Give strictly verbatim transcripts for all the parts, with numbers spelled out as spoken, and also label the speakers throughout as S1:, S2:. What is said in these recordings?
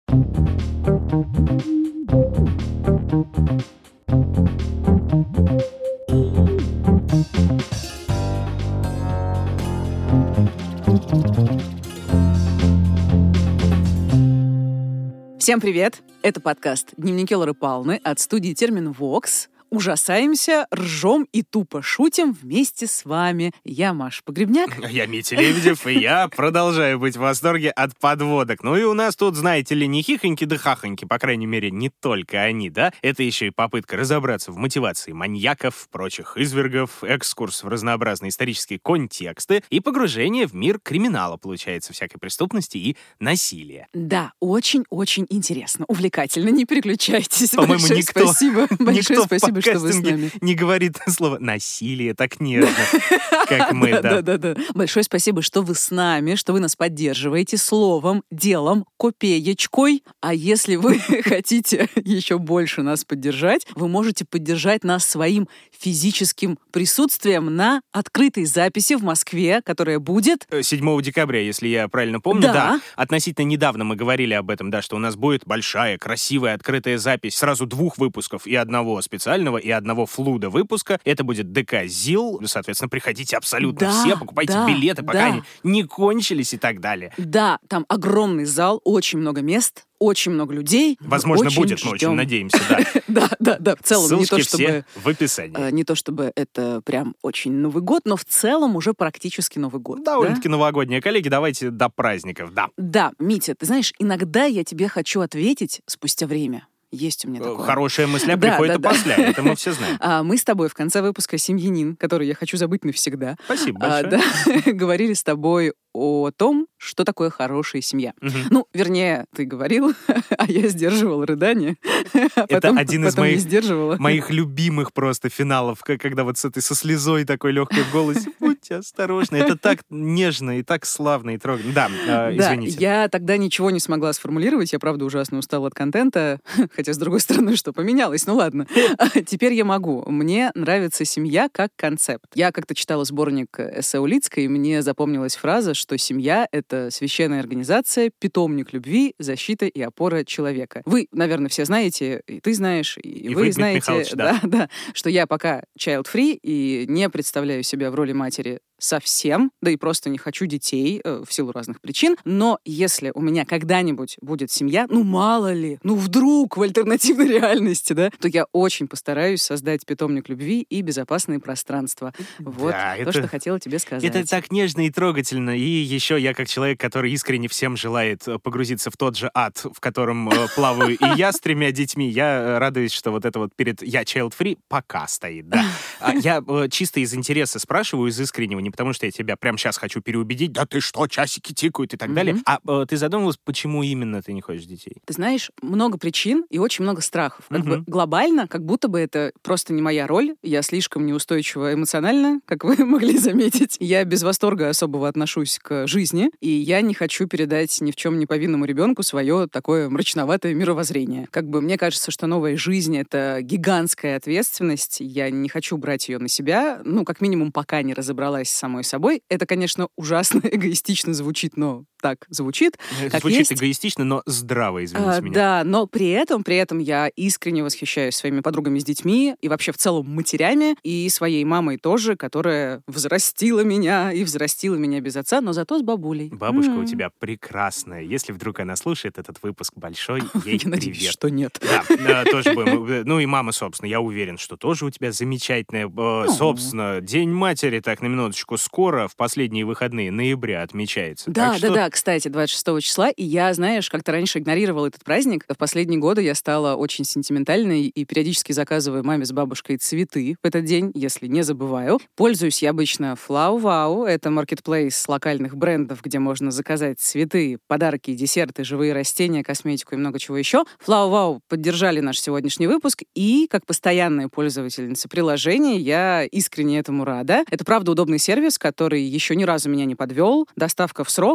S1: Всем привет! Это подкаст «Дневники Лоры Палны» от студии «Терминвокс». Ужасаемся, ржем и тупо шутим вместе с вами. Я Маша Погребняк.
S2: Я Митя Лебедев, и я продолжаю быть в восторге от подводок. Ну и у нас тут, знаете ли, не хихоньки да хахоньки, по крайней мере, не только они, да? Это еще и попытка разобраться в мотивации маньяков, прочих извергов, экскурс в разнообразные исторические контексты и погружение в мир криминала, получается, всякой преступности и насилия.
S1: Да, очень-очень интересно, увлекательно, не переключайтесь.
S2: По-моему,
S1: большое
S2: никто,
S1: спасибо, большое
S2: никто
S1: спасибо, что вы с нами.
S2: Не говорит слово «насилие» так нежно, как мы, да.
S1: Да-да-да. Большое спасибо, что вы с нами, что вы нас поддерживаете словом, делом, копеечкой. А если вы хотите еще больше нас поддержать, вы можете поддержать нас своим физическим присутствием на открытой записи в Москве, которая будет...
S2: седьмого декабря, если я правильно помню.
S1: Да.
S2: Да. Относительно недавно мы говорили об этом, да, что у нас будет большая, красивая, открытая запись сразу двух выпусков и одного специального, и одного флуда выпуска. Это будет ДК ЗИЛ. Соответственно, приходите абсолютно
S1: Да,
S2: все, покупайте
S1: да,
S2: билеты, пока
S1: да.
S2: они не кончились и так далее.
S1: Да, там огромный зал, очень много мест, очень много людей.
S2: Возможно,
S1: очень
S2: будет, мы очень
S1: ждем.
S2: надеемся, да.
S1: Да, да, да. В целом, не
S2: Ссылочки
S1: то чтобы...
S2: все в описании.
S1: э, Не то чтобы это прям очень Новый год, но в целом уже практически Новый год.
S2: Довольно-таки
S1: да?
S2: новогодние коллеги, давайте до праздников, да.
S1: Да, Митя, ты знаешь, иногда я тебе хочу ответить спустя время. Есть у меня такое.
S2: Хорошая мысля
S1: Да,
S2: приходит
S1: да, да.
S2: опосля, это мы все знаем.
S1: А, мы с тобой в конце выпуска «Семьянин», который я хочу забыть навсегда,
S2: Спасибо
S1: а,
S2: большое.
S1: да, говорили с тобой о том, что такое хорошая семья.
S2: Мгм.
S1: Ну, вернее, ты говорил, а я сдерживала рыдание. А потом,
S2: один из
S1: потом не
S2: моих-
S1: сдерживала.
S2: Моих любимых просто финалов, к- когда вот с этой со слезой такой легкой в голосе. Будьте осторожны. Это так нежно и так славно и трогательно. Да, э,
S1: Да,
S2: извините.
S1: я тогда ничего не смогла сформулировать. Я, правда, ужасно устала от контента. Хотя, с другой стороны, что поменялось? Ну ладно. Теперь я могу. Мне нравится семья как концепт. Я как-то читала сборник эссе Улицкой, и мне запомнилась фраза, что семья — это священная организация, питомник любви, защита и опора человека. Вы, наверное, все знаете, и ты знаешь, и,
S2: И
S1: вы,
S2: вы, Дмитрий
S1: знаете,
S2: Михайлович, да.
S1: да, да, что я пока child-free и не представляю себя в роли матери совсем, да и просто не хочу детей э, в силу разных причин. Но если у меня когда-нибудь будет семья, ну мало ли, ну вдруг в альтернативной реальности, да, то я очень постараюсь создать питомник любви и безопасное пространство. Вот
S2: Да,
S1: то,
S2: это-
S1: что хотела тебе сказать.
S2: Это так нежно и трогательно. И еще я, как человек, который искренне всем желает э, погрузиться в тот же ад, в котором э, плаваю и я с тремя детьми, я э, радуюсь, что вот это вот перед «я child-free» пока стоит, да. А я э, чисто из интереса спрашиваю, из искреннего, не потому что я тебя прямо сейчас хочу переубедить, да ты что, часики тикают и так
S1: Мгм.
S2: далее. А э, ты задумывалась, почему именно ты не хочешь детей?
S1: Ты знаешь, много причин и очень много страхов. Как бы
S2: Мгм.
S1: глобально, как будто бы это просто не моя роль. Я слишком неустойчива эмоционально, как вы могли заметить. Я без восторга особого отношусь к жизни, и я не хочу передать ни в чем не повинному ребенку свое такое мрачноватое мировоззрение. Как бы мне кажется, что новая жизнь — это гигантская ответственность. Я не хочу брать ее на себя, ну, как минимум, пока не разобралась с самой собой. Это, конечно, ужасно эгоистично звучит, но так звучит. Как
S2: Звучит
S1: есть.
S2: эгоистично, но здраво, извините
S1: А,
S2: меня.
S1: Да, но при этом, при этом я искренне восхищаюсь своими подругами с детьми и вообще в целом матерями, и своей мамой тоже, которая взрастила меня и взрастила меня без отца, но зато с бабулей.
S2: Бабушка у
S1: М.
S2: тебя прекрасная. Если вдруг она слушает этот выпуск, большой ей
S1: Я надеюсь,
S2: привет.
S1: что нет.
S2: Да, да, тоже будем. Э, Ну и мама, собственно, я уверен, что тоже у тебя замечательная. э, Собственно, День матери, так, на минуточку, скоро, в последние выходные ноября отмечается.
S1: Да,
S2: Так
S1: да,
S2: что
S1: да, кстати, двадцать шестого числа, и я, знаешь, как-то раньше игнорировала этот праздник. В последние годы я стала очень сентиментальной и периодически заказываю маме с бабушкой цветы в этот день, если не забываю. Пользуюсь я обычно FlowWow, это маркетплейс локальных брендов, где можно заказать цветы, подарки, десерты, живые растения, косметику и много чего еще. FlowWow поддержали наш сегодняшний выпуск, и как постоянная пользовательница приложения я искренне этому рада. Это правда удобный сервис, который еще ни разу меня не подвел. Доставка в срок от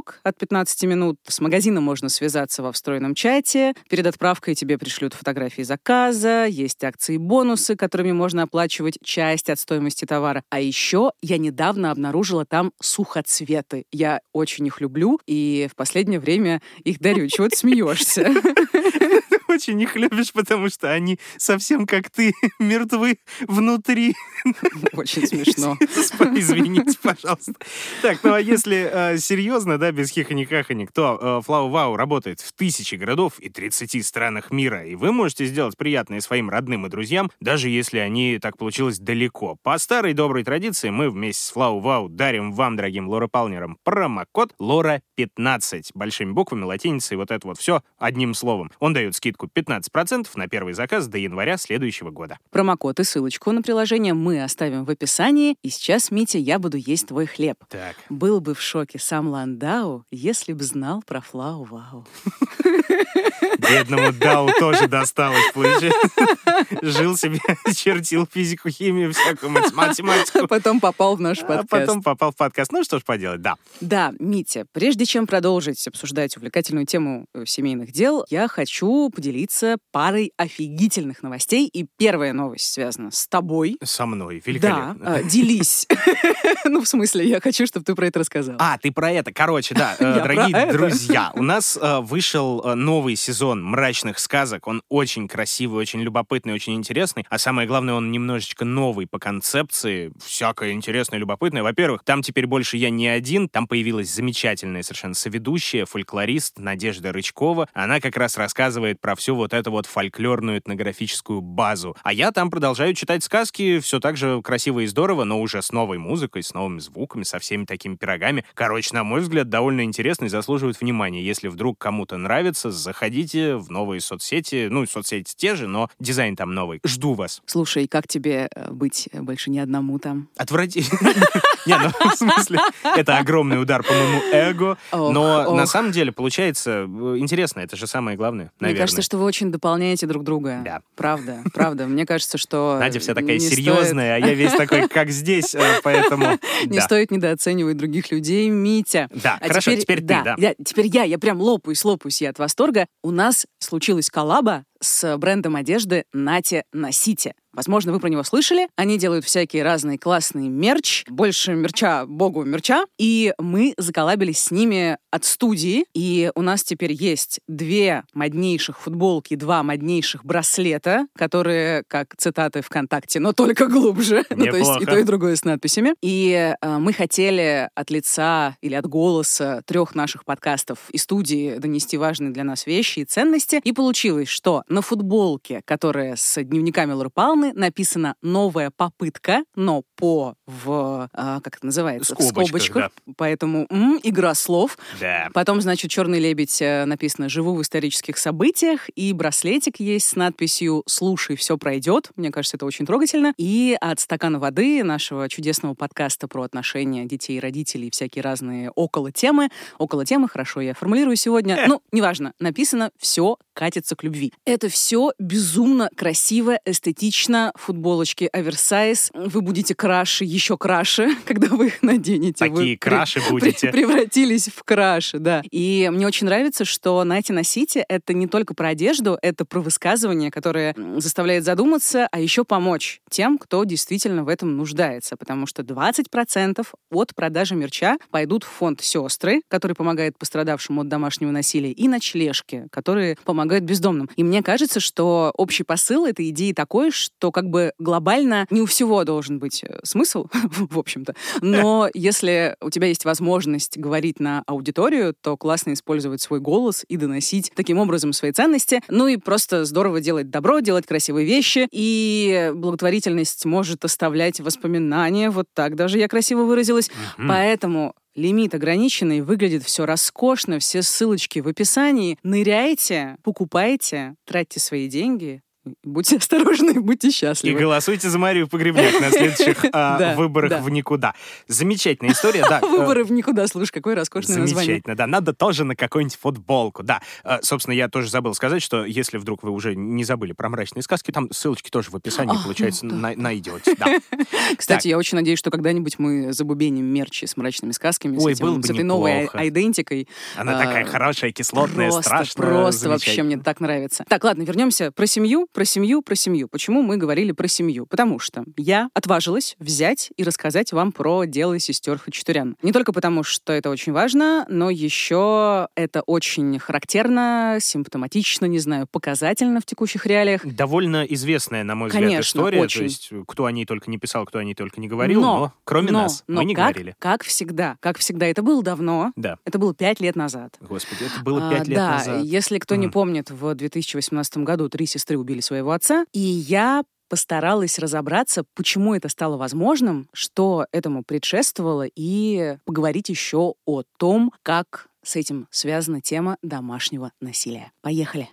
S1: пятнадцати минут. С магазином можно связаться во встроенном чате. Перед отправкой тебе пришлют фотографии заказа. Есть акции и бонусы, которыми можно оплачивать часть от стоимости товара. А еще я недавно обнаружила там сухоцветы. Я очень их люблю, и в последнее время их дарю. Чего ты смеешься?
S2: Очень их любишь, потому что они совсем как ты, мертвы внутри.
S1: Очень смешно.
S2: Извините, пожалуйста. Так, ну а если э, серьезно, да, без хихони-хахони, то э, Flow Wow работает в тысячи городов и тридцати странах мира, и вы можете сделать приятное своим родным и друзьям, даже если они, так получилось, далеко. По старой доброй традиции мы вместе с Flow Wow дарим вам, дорогим лорапалнерам, промокод лора пятнадцать. Большими буквами, латиницей, вот это вот все одним словом. Он дает скидку пятнадцать процентов на первый заказ до января следующего года.
S1: Промокод и ссылочку на приложение мы оставим в описании. И сейчас, Митя, я буду есть твой хлеб.
S2: Так.
S1: Был бы в шоке сам Ландау, если б знал про Flow Wow.
S2: Бедному Дау тоже досталось, получается. Жил себе, чертил физику, химию, всякую математику.
S1: А потом попал в наш подкаст.
S2: А потом попал в подкаст. Ну, что ж поделать, да.
S1: Да, Митя, прежде чем продолжить обсуждать увлекательную тему семейных дел, я хочу поделиться парой офигительных новостей. И первая новость связана с тобой.
S2: Со мной, великолепно.
S1: Да, делись. Ну, в смысле, я хочу, чтобы ты про это рассказал.
S2: А, ты про это. Короче, да, дорогие друзья, у нас вышел новый сезон «Мрачных сказок». Он очень красивый, очень любопытный, очень интересный. А самое главное, он немножечко новый по концепции. Всякое интересное, любопытное. Во-первых, там теперь больше я не один. Там появилась замечательная совершенно соведущая, фольклорист Надежда Рычкова. Она как раз рассказывает про всю вот эту вот фольклорную этнографическую базу. А я там продолжаю читать сказки, все так же красиво и здорово, но уже с новой музыкой, с новыми звуками, со всеми такими пирогами. Короче, на мой взгляд, довольно интересно и заслуживает внимания. Если вдруг кому-то нравится, заходите в новые соцсети. Ну, соцсети те же, но дизайн там новый. Жду вас.
S1: Слушай, как тебе быть больше не одному там?
S2: Отвратительно. Не, ну, в смысле, это огромный удар по моему эго. Но на самом деле, получается, интересно. Это же самое главное, наверное.
S1: Мне кажется, что вы очень дополняете друг друга.
S2: Да.
S1: Правда, правда. Мне кажется, что...
S2: Надя вся такая серьезная, а я весь такой, как здесь, поэтому...
S1: Не стоит недооценивать других людей, Митя.
S2: Да, хорошо, теперь ты, да.
S1: Теперь я, я прям лопаюсь, лопаюсь я от восторга. У нас случилась коллаба с брендом одежды «Нате Носите». Возможно, вы про него слышали. Они делают всякие разные классные мерч. Больше мерча, богу мерча. И мы заколлабились с ними от студии. И у нас теперь есть две моднейших футболки, два моднейших браслета, которые, как цитаты ВКонтакте, но только глубже. Ну, то есть и то, и другое с надписями. И э, мы хотели от лица или от голоса трех наших подкастов и студии донести важные для нас вещи и ценности. И получилось, что на футболке, которая с дневниками Лоры Палны, написана «Новая попытка», но по в, а, как это называется?
S2: Скобочках,
S1: в скобочках.
S2: Да.
S1: Поэтому м, игра слов.
S2: Да.
S1: Потом, значит, «Черный лебедь» написано «Живу в исторических событиях», и браслетик есть с надписью «Слушай, все пройдет». Мне кажется, это очень трогательно. И от «Стакана воды», нашего чудесного подкаста про отношения детей и родителей, всякие разные около темы. Около темы, хорошо, я формулирую сегодня. Ну, неважно, написано «Все катится к любви». Это все безумно красиво, эстетично. Футболочки оверсайз. Вы будете краше, еще краше, когда вы их наденете.
S2: Такие
S1: вы
S2: краше
S1: при,
S2: будете.
S1: При, превратились в краше, да. И мне очень нравится, что «Нате Носите» — это не только про одежду, это про высказывание, которое заставляет задуматься, а еще помочь тем, кто действительно в этом нуждается. Потому что двадцать процентов от продажи мерча пойдут в фонд «Сестры», который помогает пострадавшим от домашнего насилия, и «Ночлежки», которые помогают бездомным. И мне кажется, что общий посыл этой идеи такой, что как бы глобально не у всего должен быть смысл, в общем-то. Но если у тебя есть возможность говорить на аудиторию, то классно использовать свой голос и доносить таким образом свои ценности. Ну и просто здорово делать добро, делать красивые вещи. И благотворительность может оставлять воспоминания. Вот так даже я красиво выразилась. Mm-hmm. Поэтому... Лимит ограниченный, выглядит все роскошно, все ссылочки в описании. Ныряйте, покупайте, тратьте свои деньги. Будьте осторожны, будьте счастливы.
S2: И голосуйте за Марию Погребняк на следующих выборах в никуда. Замечательная история, да.
S1: Выборы в никуда, слушай, какое роскошное название.
S2: Замечательно, да. Надо тоже на какую-нибудь футболку, да. Собственно, я тоже забыл сказать, что если вдруг вы уже не забыли про мрачные сказки, там ссылочки тоже в описании, получается, найдете.
S1: Кстати, я очень надеюсь, что когда-нибудь мы забубеним мерчи с мрачными сказками, с этой новой айдентикой.
S2: Она такая хорошая, кислотная, страшная.
S1: Просто вообще мне так нравится. Так, ладно, вернемся про семью, про семью, про семью. Почему мы говорили про семью? Потому что я отважилась взять и рассказать вам про дело сестер Хачатурян. Не только потому, что это очень важно, но еще это очень характерно, симптоматично, не знаю, показательно в текущих реалиях.
S2: Довольно известная, на мой взгляд,
S1: Конечно,
S2: история.
S1: очень.
S2: То есть, кто о ней только не писал, кто о ней только не говорил,
S1: но,
S2: но кроме
S1: но,
S2: нас,
S1: но
S2: мы не
S1: как,
S2: говорили.
S1: Как всегда, как всегда. Это было давно.
S2: Да.
S1: Это было пять лет назад.
S2: Господи, это было пять
S1: а,
S2: лет
S1: да,
S2: назад.
S1: Если кто mm. не помнит, в две тысячи восемнадцатом году три сестры убили своего отца, и я постаралась разобраться, почему это стало возможным, что этому предшествовало, и поговорить еще о том, как с этим связана тема домашнего насилия. Поехали!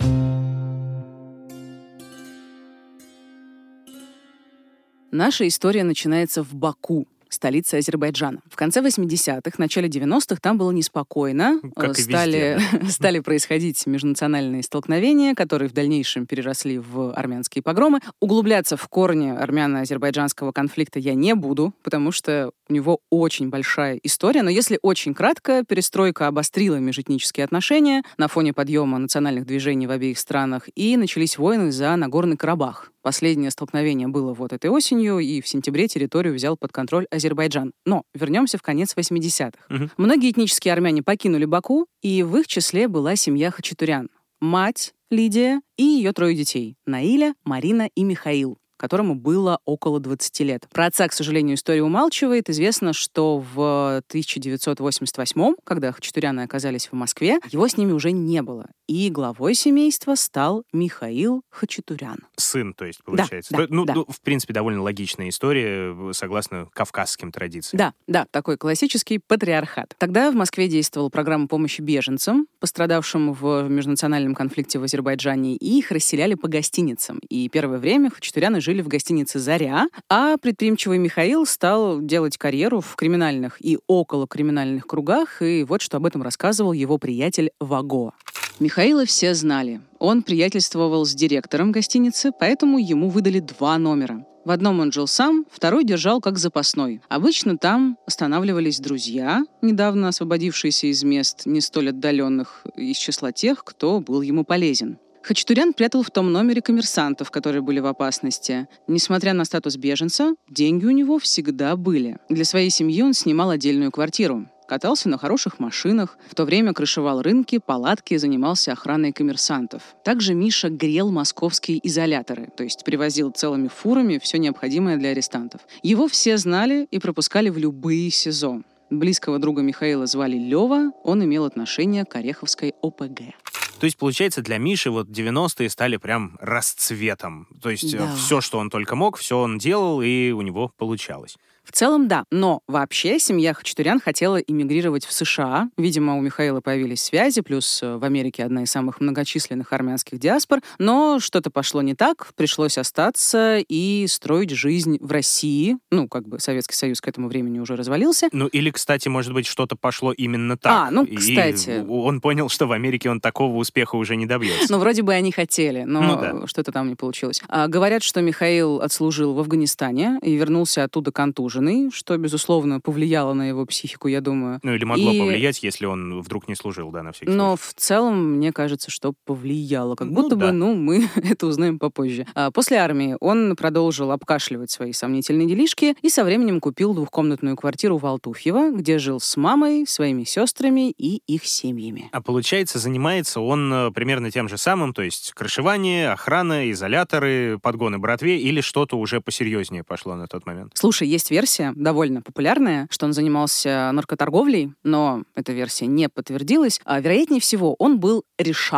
S1: Наша история начинается в Баку, столица Азербайджана. В конце восьмидесятых, начале девяностых там было неспокойно.
S2: Как и
S1: стали,
S2: везде.
S1: стали происходить межнациональные столкновения, которые в дальнейшем переросли в армянские погромы. Углубляться в корни армяно-азербайджанского конфликта я не буду, потому что у него очень большая история. Но если очень кратко, перестройка обострила межэтнические отношения на фоне подъема национальных движений в обеих странах, и начались войны за Нагорный Карабах. Последнее столкновение было вот этой осенью, и в сентябре территорию взял под контроль Азербайджан. Но вернемся в конец восьмидесятых. Угу. Многие этнические армяне покинули Баку, и в их числе была семья Хачатурян. Мать Лидия и ее трое детей – Наиля, Марина и Михаил, которому было около двадцати лет. Про отца, к сожалению, история умалчивает. Известно, что в тысяча девятьсот восемьдесят восьмом, когда Хачатуряны оказались в Москве, его с ними уже не было. И главой семейства стал Михаил Хачатурян.
S2: Сын, то есть, получается.
S1: Да, да,
S2: ну,
S1: да.
S2: ну, в принципе, довольно логичная история, согласно кавказским традициям.
S1: Да, да, такой классический патриархат. Тогда в Москве действовала программа помощи беженцам, пострадавшим в межнациональном конфликте в Азербайджане, и их расселяли по гостиницам. И первое время Хачатуряны жили в гостинице «Заря», а предприимчивый Михаил стал делать карьеру в криминальных и околокриминальных кругах, и вот что об этом рассказывал его приятель Ваго. Михаила все знали. Он приятельствовал с директором гостиницы, поэтому ему выдали два номера. В одном он жил сам, второй держал как запасной. Обычно там останавливались друзья, недавно освободившиеся из мест не столь отдаленных, из числа тех, кто был ему полезен. Хачатурян прятал в том номере коммерсантов, которые были в опасности. Несмотря на статус беженца, деньги у него всегда были. Для своей семьи он снимал отдельную квартиру. Катался на хороших машинах, в то время крышевал рынки, палатки и занимался охраной коммерсантов. Также Миша грел московские изоляторы, то есть привозил целыми фурами все необходимое для арестантов. Его все знали и пропускали в любые СИЗО. Близкого друга Михаила звали Лева, он имел отношение к Ореховской о пэ гэ.
S2: То есть, получается, для Миши вот девяностые стали прям расцветом. То есть
S1: да.
S2: все, что он только мог, все он делал, и у него получалось.
S1: В целом, да. Но вообще семья Хачатурян хотела эмигрировать в США. Видимо, у Михаила появились связи, плюс в Америке одна из самых многочисленных армянских диаспор. Но что-то пошло не так, пришлось остаться и строить жизнь в России. Ну, как бы Советский Союз к этому времени уже развалился.
S2: Ну, или, кстати, может быть, что-то пошло именно так.
S1: А, ну, кстати.
S2: И он понял, что в Америке он такого успеха уже не добьется.
S1: Ну, вроде бы они хотели, но
S2: ну, да.
S1: что-то там не получилось. А, говорят, что Михаил отслужил в Афганистане и вернулся оттуда контуженный, что, безусловно, повлияло на его психику, я думаю.
S2: Ну, или могло
S1: и...
S2: повлиять, если он вдруг не служил, да, на всякий случай.
S1: Но в целом, мне кажется, что повлияло. Как
S2: ну,
S1: будто
S2: да.
S1: бы, ну, мы это узнаем попозже. А после армии он продолжил обкашливать свои сомнительные делишки и со временем купил двухкомнатную квартиру в Алтуфьево, где жил с мамой, своими сестрами и их семьями.
S2: А получается, занимается он примерно тем же самым, то есть крышевание, охрана, изоляторы, подгоны братве, или что-то уже посерьезнее пошло на тот момент?
S1: Слушай, есть версия, довольно популярная, что он занимался наркоторговлей, но эта версия не подтвердилась. А, вероятнее всего, он был решалой.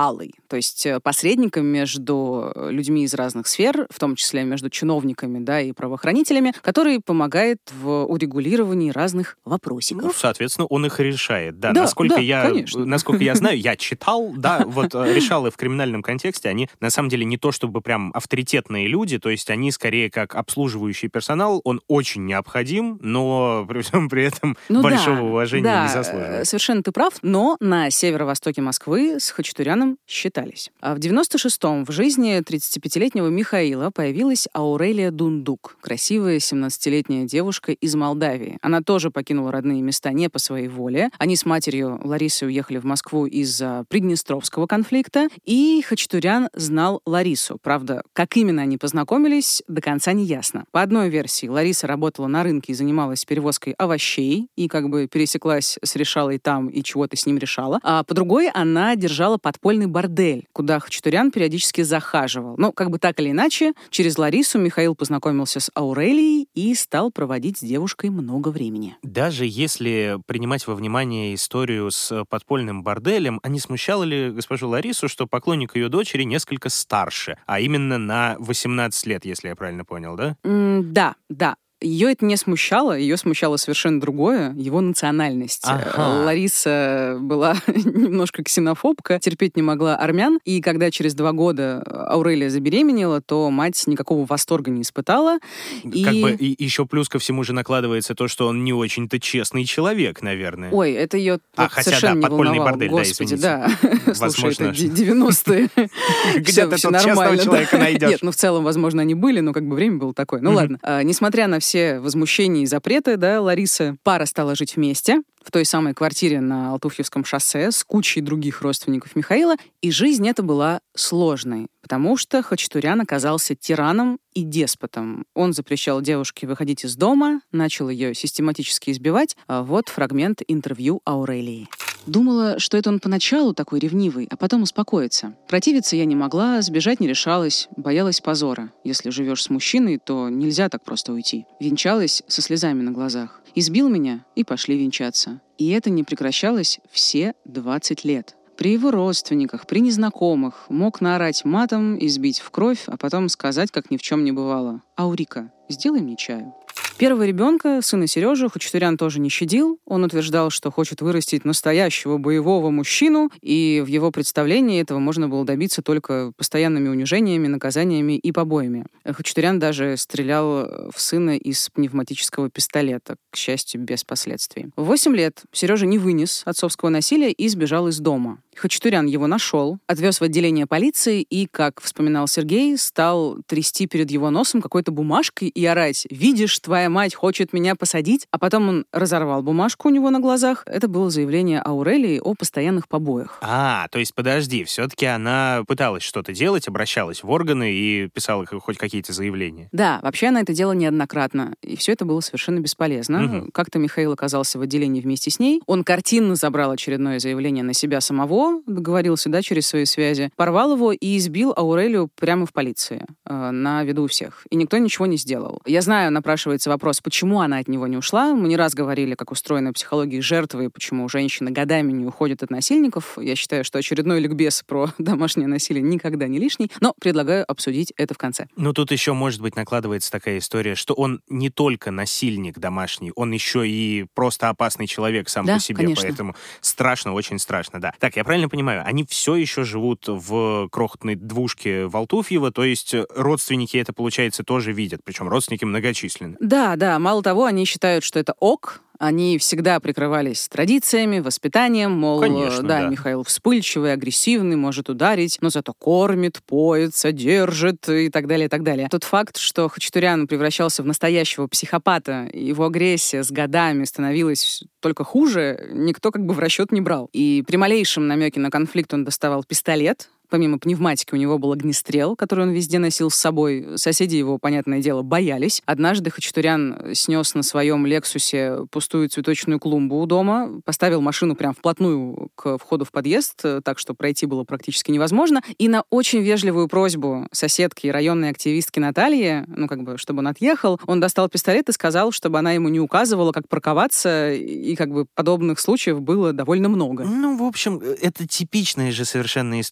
S1: то есть посредником между людьми из разных сфер, в том числе между чиновниками, да, и правоохранителями, который помогает в урегулировании разных вопросиков.
S2: Ну, соответственно, он их решает. Да,
S1: да
S2: насколько,
S1: да,
S2: я,
S1: конечно.
S2: насколько я знаю, я читал, да, вот решалы в криминальном контексте, они на самом деле не то чтобы прям авторитетные люди, то есть они скорее как обслуживающий персонал, он очень необходим, но при всем при этом
S1: ну,
S2: большого
S1: да,
S2: уважения
S1: да,
S2: не заслуживает.
S1: Совершенно ты прав, но на северо-востоке Москвы с Хачатуряном считались. А в девяносто шестом в жизни тридцатипятилетнего Михаила появилась Аурелия Дундук, красивая семнадцатилетняя девушка из Молдавии. Она тоже покинула родные места не по своей воле. Они с матерью Ларисой уехали в Москву из-за Приднестровского конфликта, и Хачатурян знал Ларису. Правда, как именно они познакомились, до конца не ясно. По одной версии, Лариса работала на рынке и занималась перевозкой овощей, и как бы пересеклась с решалой там и чего-то с ним решала. А по другой, она держала подпольный бордель, куда Хачатурян периодически захаживал. Ну, как бы так или иначе, через Ларису Михаил познакомился с Аурелией и стал проводить с девушкой много времени.
S2: Даже если принимать во внимание историю с подпольным борделем, а не смущало ли госпожу Ларису, что поклонник ее дочери несколько старше, а именно на восемнадцать лет, если я правильно понял, да?
S1: М, да, да. Ее это не смущало, ее смущало совершенно другое, его национальность.
S2: Ага.
S1: Лариса была немножко ксенофобка, терпеть не могла армян, и когда через два года Аурелия забеременела, то мать никакого восторга не испытала. И...
S2: Как бы и еще плюс ко всему же накладывается то, что он не очень-то честный человек, наверное.
S1: Ой, это ее
S2: а,
S1: вот
S2: хотя,
S1: совершенно
S2: да,
S1: не
S2: подпольный
S1: волновало.
S2: бордель,
S1: Господи,
S2: да,
S1: да.
S2: Возможно,
S1: Слушай, это девяностые.
S2: Где-то тут честного человека найдешь.
S1: Нет, ну в целом, возможно, они были, но как бы время было такое. Ну ладно. Несмотря на все возмущения и запреты, да, Ларисы, пара стала жить вместе в той самой квартире на Алтуфьевском шоссе с кучей других родственников Михаила, и жизнь эта была сложной, потому что Хачатурян оказался тираном и деспотом. Он запрещал девушке выходить из дома, начал ее систематически избивать. А вот фрагмент интервью Аурелии. Думала, что это он поначалу такой ревнивый, а потом успокоится. Противиться я не могла, сбежать не решалась, боялась позора. Если живешь с мужчиной, то нельзя так просто уйти. Венчалась со слезами на глазах. Избил меня, и пошли венчаться. И это не прекращалось все двадцать лет. При его родственниках, при незнакомых мог наорать матом, избить в кровь, а потом сказать, как ни в чем не бывало: «Аурика, сделай мне чаю». Первого ребенка, сына Сережу, Хачатурян тоже не щадил. Он утверждал, что хочет вырастить настоящего боевого мужчину, и в его представлении этого можно было добиться только постоянными унижениями, наказаниями и побоями. Хачатурян даже стрелял в сына из пневматического пистолета, к счастью, без последствий. В восемь лет Сережа не вынес отцовского насилия и сбежал из дома. Хачатурян его нашел, отвез в отделение полиции и, как вспоминал Сергей, стал трясти перед его носом какой-то бумажкой и орать: «Видишь, твоя мать хочет меня посадить». А потом он разорвал бумажку у него на глазах. Это было заявление Аурелии о постоянных побоях.
S2: А, то есть, подожди, все-таки она пыталась что-то делать, обращалась в органы и писала хоть какие-то заявления.
S1: Да, вообще она это делала неоднократно, и все это было совершенно бесполезно. Угу. Как-то Михаил оказался в отделении вместе с ней. Он картинно забрал очередное заявление на себя самого, договорился, да, через свои связи, порвал его и избил Аурелию прямо в полиции, э, на виду у всех. И никто ничего не сделал. Я знаю, напрашивается вопрос, почему она от него не ушла. Мы не раз говорили, как устроена психология жертвы, и почему женщины годами не уходят от насильников. Я считаю, что очередной ликбез про домашнее насилие никогда не лишний, но предлагаю обсудить это в конце.
S2: Ну, тут еще, может быть, накладывается такая история, что он не только насильник домашний, он еще и просто опасный человек сам
S1: да,
S2: по себе,
S1: конечно.
S2: Поэтому страшно, очень страшно, да. Так, я правильно понимаю, они все еще живут в крохотной двушке в Алтуфьево, то есть родственники это, получается, тоже видят, причем родственники многочисленны.
S1: Да, да, мало того, они считают, что это ок. Они всегда прикрывались традициями, воспитанием, мол,
S2: Конечно,
S1: да,
S2: да,
S1: Михаил вспыльчивый, агрессивный, может ударить, но зато кормит, поет, содержит и так далее, и так далее. Тот факт, что Хачатурян превращался в настоящего психопата, его агрессия с годами становилась только хуже, никто как бы в расчет не брал. И при малейшем намеке на конфликт он доставал пистолет. Помимо пневматики у него был огнестрел, который он везде носил с собой. Соседи его, понятное дело, боялись. Однажды Хачатурян снес на своем «Лексусе» пустую цветочную клумбу у дома, поставил машину прям вплотную к входу в подъезд, так что пройти было практически невозможно. И на очень вежливую просьбу соседки и районной активистки Натальи, ну как бы, чтобы он отъехал, он достал пистолет и сказал, чтобы она ему не указывала, как парковаться, и как бы подобных случаев было довольно много.
S2: Ну, в общем, это типичная же совершенно история девяностых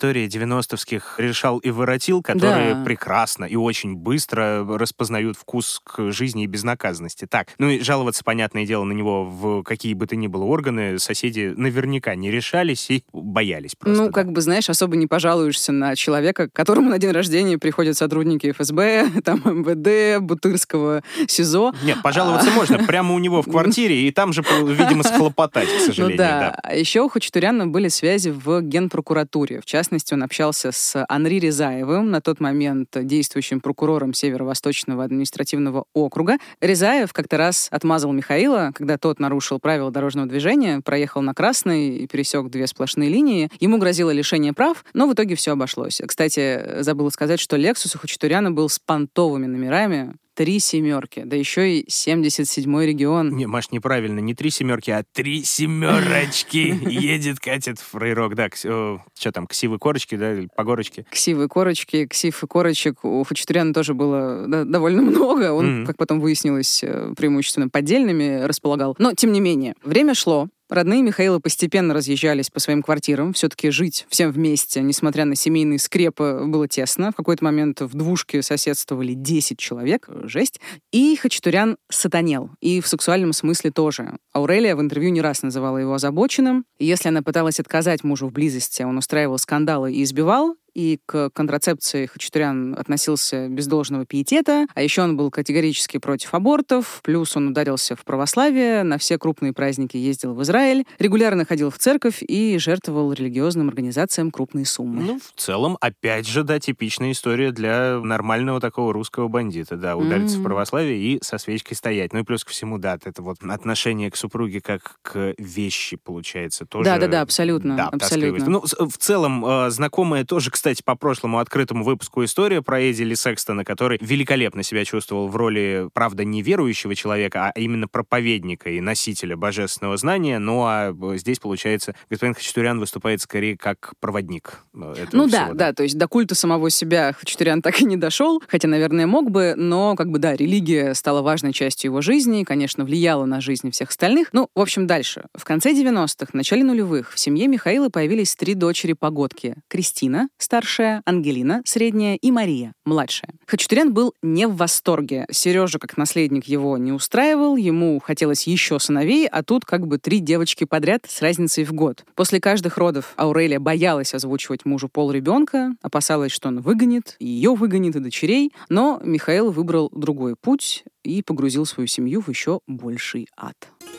S2: девяностовских решал и воротил, которые
S1: Да.
S2: прекрасно и очень быстро распознают вкус к жизни и безнаказанности. Так, ну и жаловаться, понятное дело, на него в какие бы то ни было органы соседи наверняка не решались и боялись просто.
S1: Ну,
S2: да.
S1: как бы, знаешь, особо не пожалуешься на человека, к которому на день рождения приходят сотрудники эф эс бэ, там, эм вэ дэ, Бутырского, СИЗО.
S2: Нет, пожаловаться можно прямо у него в квартире, и там же, видимо, схлопотать, к сожалению.
S1: Ну да.
S2: да.
S1: А еще у Хачатуряна были связи в Генпрокуратуре. В частности, он общался с Анри Ризаевым, на тот момент действующим прокурором Северо-Восточного административного округа. Ризаев как-то раз отмазал Михаила, когда тот нарушил правила дорожного движения, проехал на красный и пересек две сплошные линии. Ему грозило лишение прав, но в итоге все обошлось. Кстати, забыла сказать, что Lexus у Хачатуряна был с понтовыми номерами. Три семерки, да еще и семьдесят седьмой регион.
S2: Не, Маш, неправильно, не три семерки, а три семерочки. Едет, катит фрейрок, да, что там, ксивы корочки, да, или по горочке.
S1: Ксивы корочки, ксив и корочек. У Хачатуряна тоже было да, довольно много. Он, mm-hmm. как потом выяснилось, преимущественно поддельными располагал. Но, тем не менее, время шло. Родные Михаила постепенно разъезжались по своим квартирам. Все-таки жить всем вместе, несмотря на семейные скрепы, было тесно. В какой-то момент в двушке соседствовали десять человек. Жесть. И Хачатурян сатанел. И в сексуальном смысле тоже. Аурелия в интервью не раз называла его озабоченным. Если она пыталась отказать мужу в близости, он устраивал скандалы и избивал. И к контрацепции Хачатурян относился без должного пиетета, а еще он был категорически против абортов, плюс он ударился в православие, на все крупные праздники ездил в Израиль, регулярно ходил в церковь и жертвовал религиозным организациям крупные суммы.
S2: Ну, в целом, опять же, да, типичная история для нормального такого русского бандита, да, удариться mm-hmm. в православие и со свечкой стоять. Ну и плюс ко всему, да, это вот отношение к супруге как к вещи, получается, тоже...
S1: Да-да-да, абсолютно,
S2: да,
S1: абсолютно.
S2: Ну, в целом, э, знакомая тоже, кстати, Кстати, по прошлому открытому выпуску история про Эдди Ли Секстона, который великолепно себя чувствовал в роли, правда, не верующего человека, а именно проповедника и носителя божественного знания. Ну, а здесь, получается, господин Хачатурян выступает скорее как проводник этого
S1: Ну
S2: всего,
S1: да,
S2: да,
S1: да, то есть до культа самого себя Хачатурян так и не дошел, хотя, наверное, мог бы, но, как бы, да, религия стала важной частью его жизни, конечно, влияла на жизнь всех остальных. Ну, в общем, дальше. В конце девяностых, в начале нулевых в семье Михаила появились три дочери-погодки. Кристина, старшая, Ангелина, средняя, и Мария, младшая. Хачатурян был не в восторге. Сережа, как наследник, его не устраивал, ему хотелось еще сыновей, а тут как бы три девочки подряд с разницей в год. После каждых родов Аурелия боялась озвучивать мужу пол ребенка, опасалась, что он выгонит, и ее выгонит, и дочерей, но Михаил выбрал другой путь и погрузил свою семью в еще больший ад.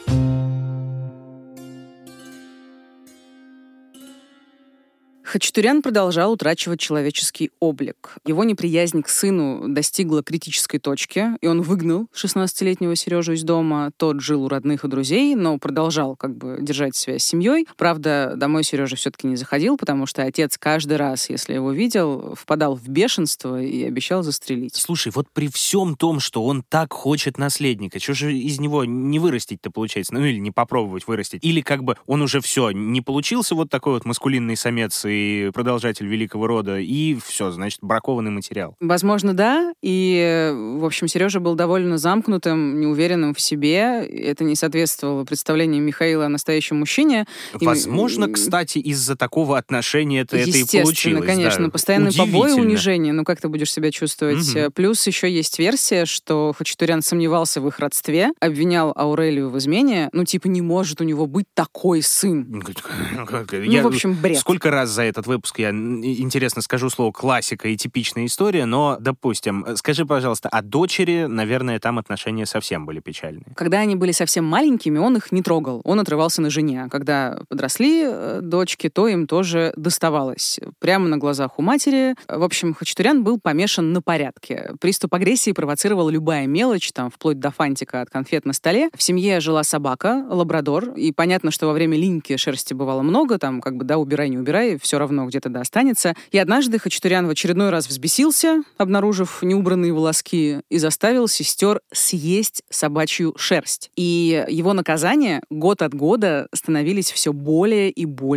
S1: Хачатурян продолжал утрачивать человеческий облик. Его неприязнь к сыну достигла критической точки, и он выгнал шестнадцатилетнего Сережу из дома. Тот жил у родных и друзей, но продолжал как бы держать связь с семьей. Правда, домой Сережа все-таки не заходил, потому что отец каждый раз, если его видел, впадал в бешенство и обещал застрелить.
S2: Слушай, вот при всем том, что он так хочет наследника, что же из него не вырастить-то получается? Ну или не попробовать вырастить? Или как бы он уже все, не получился вот такой вот маскулинный самец и продолжатель великого рода, и все, значит, бракованный материал.
S1: Возможно, да. И, в общем, Сережа был довольно замкнутым, неуверенным в себе. Это не соответствовало представлению Михаила о настоящем мужчине.
S2: Возможно, и... кстати, из-за такого отношения это, это и получилось.
S1: Естественно, конечно.
S2: Да.
S1: Постоянные побои, унижение. Ну, как ты будешь себя чувствовать?
S2: Угу.
S1: Плюс еще есть версия, что Хачатурян сомневался в их родстве, обвинял Аурелию в измене. Ну, типа, не может у него быть такой сын. Ну,
S2: Я...
S1: в общем, бред.
S2: Сколько раз за этот выпуск я, интересно скажу слово классика и типичная история, но, допустим, скажи, пожалуйста, а дочери, наверное, там отношения совсем были печальные?
S1: Когда они были совсем маленькими, он их не трогал, он отрывался на жене. Когда подросли дочки, то им тоже доставалось. Прямо на глазах у матери. В общем, Хачатурян был помешан на порядке. Приступ агрессии провоцировала любая мелочь, там, вплоть до фантика от конфет на столе. В семье жила собака, лабрадор, и понятно, что во время линьки шерсти бывало много, там, как бы, да, убирай, не убирай, все равно где-то да останется. И однажды Хачатурян в очередной раз взбесился, обнаружив неубранные волоски, и заставил сестер съесть собачью шерсть. И его наказания год от года становились все более и более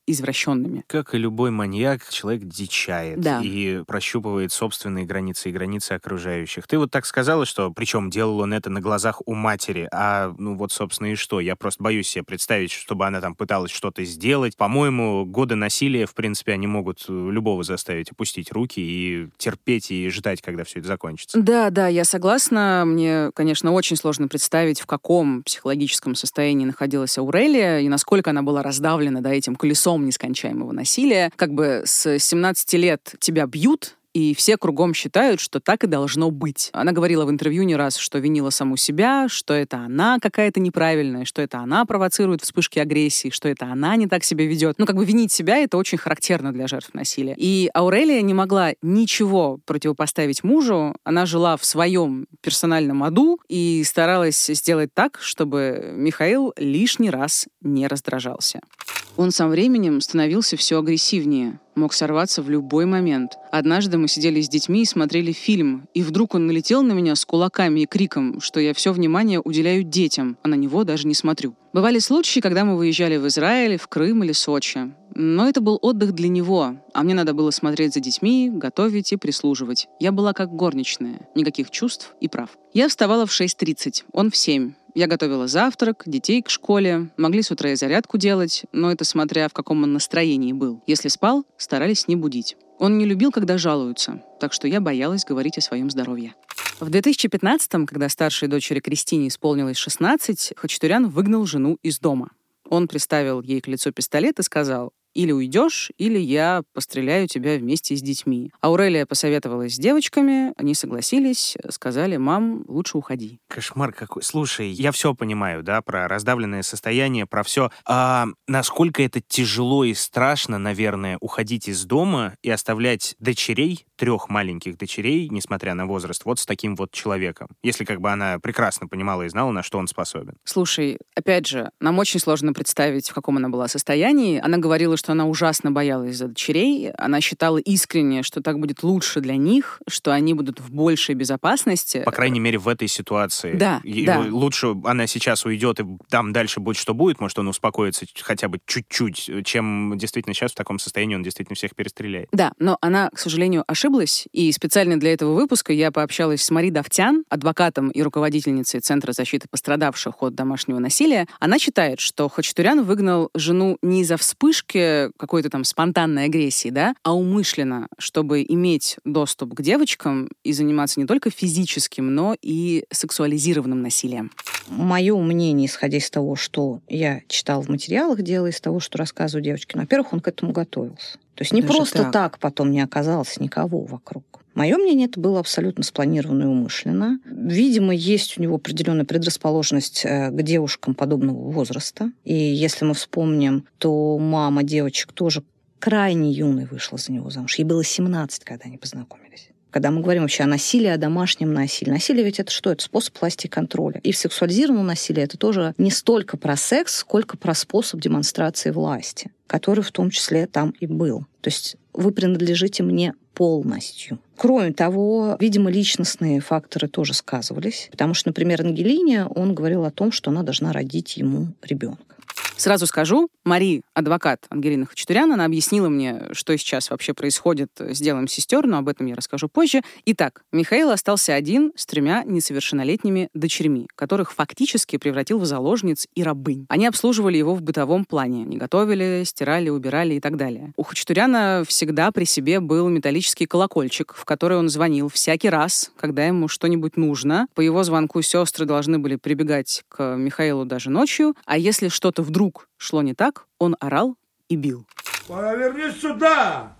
S1: извращенными.
S2: Как и любой маньяк, человек дичает
S1: Да.
S2: и прощупывает собственные границы и границы окружающих. Ты вот так сказала, что причем делал он это на глазах у матери, а ну вот, собственно, и что? Я просто боюсь себе представить, чтобы она там пыталась что-то сделать. По-моему, годы насилия, в принципе, они могут любого заставить опустить руки и терпеть и ждать, когда все это закончится.
S1: Да, да, я согласна. Мне, конечно, очень сложно представить, в каком психологическом состоянии находилась Аурелия и насколько она была раздавлена, да, этим колесом нескончаемого насилия. Как бы с семнадцати лет тебя бьют, и все кругом считают, что так и должно быть. Она говорила в интервью не раз, что винила саму себя, что это она какая-то неправильная, что это она провоцирует вспышки агрессии, что это она не так себя ведет. Ну, как бы винить себя — это очень характерно для жертв насилия. И Аурелия не могла ничего противопоставить мужу. Она жила в своем персональном аду и старалась сделать так, чтобы Михаил лишний раз не раздражался. Он со временем становился все агрессивнее, мог сорваться в любой момент. Однажды мы сидели с детьми и смотрели фильм, и вдруг он налетел на меня с кулаками и криком, что я все внимание уделяю детям, а на него даже не смотрю. Бывали случаи, когда мы выезжали в Израиль, в Крым или Сочи. Но это был отдых для него, а мне надо было смотреть за детьми, готовить и прислуживать. Я была как горничная, никаких чувств и прав. Я вставала в шесть тридцать, он в семь. Я готовила завтрак, детей к школе, могли с утра и зарядку делать, но это смотря в каком он настроении был. Если спал, старались не будить. Он не любил, когда жалуются, так что я боялась говорить о своем здоровье. В две тысячи пятнадцатом, когда старшей дочери Кристине исполнилось шестнадцать, Хачатурян выгнал жену из дома. Он приставил ей к лицу пистолет и сказал: «Или уйдешь, или я постреляю тебя вместе с детьми». Аурелия посоветовалась с девочками, они согласились, сказали: «Мам, лучше уходи».
S2: Кошмар какой. Слушай, я все понимаю, да, про раздавленное состояние, про все. А насколько это тяжело и страшно, наверное, уходить из дома и оставлять дочерей, трех маленьких дочерей, несмотря на возраст, вот с таким вот человеком. Если как бы она прекрасно понимала и знала, на что он способен.
S1: Слушай, опять же, нам очень сложно представить, в каком она была состоянии. Она говорила, что она ужасно боялась за дочерей. Она считала искренне, что так будет лучше для них, что они будут в большей безопасности.
S2: По крайней мере, в этой ситуации.
S1: Да,
S2: и,
S1: да.
S2: Лучше она сейчас уйдет, и там дальше будет, что будет. Может, он успокоится хотя бы чуть-чуть, чем действительно сейчас в таком состоянии он действительно всех перестреляет.
S1: Да, но она, к сожалению, ошиблась. И специально для этого выпуска я пообщалась с Мари Давтян, адвокатом и руководительницей Центра защиты пострадавших от домашнего насилия. Она считает, что Хачатурян выгнал жену не из-за вспышки какой-то там спонтанной агрессии, да, а умышленно, чтобы иметь доступ к девочкам и заниматься не только физическим, но и сексуализированным насилием.
S3: Мое мнение, исходя из того, что я читала в материалах, дело из того, что рассказываю девочке, ну, во-первых, он к этому готовился. То есть не
S1: Даже
S3: просто
S1: так.
S3: так потом не оказалось никого вокруг. Мое мнение, это было абсолютно спланировано и умышленно. Видимо, есть у него определенная предрасположенность к девушкам подобного возраста. И если мы вспомним, то мама девочек тоже крайне юной вышла за него замуж. Ей было семнадцать, когда они познакомились. Когда мы говорим вообще о насилии, о домашнем насилии. Насилие ведь это что? Это способ власти и контроля. И в сексуализированном насилии это тоже не столько про секс, сколько про способ демонстрации власти, который в том числе там и был. То есть вы принадлежите мне полностью. Кроме того, видимо, личностные факторы тоже сказывались. Потому что, например, Ангелине он говорил о том, что она должна родить ему ребенка.
S1: Сразу скажу, Мари, адвокат Ангелины Хачатурян, она объяснила мне, что сейчас вообще происходит с делом сестер, но об этом я расскажу позже. Итак, Михаил остался один с тремя несовершеннолетними дочерьми, которых фактически превратил в заложниц и рабынь. Они обслуживали его в бытовом плане. Они готовили, стирали, убирали и так далее. У Хачатуряна всегда при себе был металлический колокольчик, в который он звонил всякий раз, когда ему что-нибудь нужно. По его звонку сестры должны были прибегать к Михаилу даже ночью, а если что-то вдруг шло не так, он орал и бил.
S4: Поверни сюда!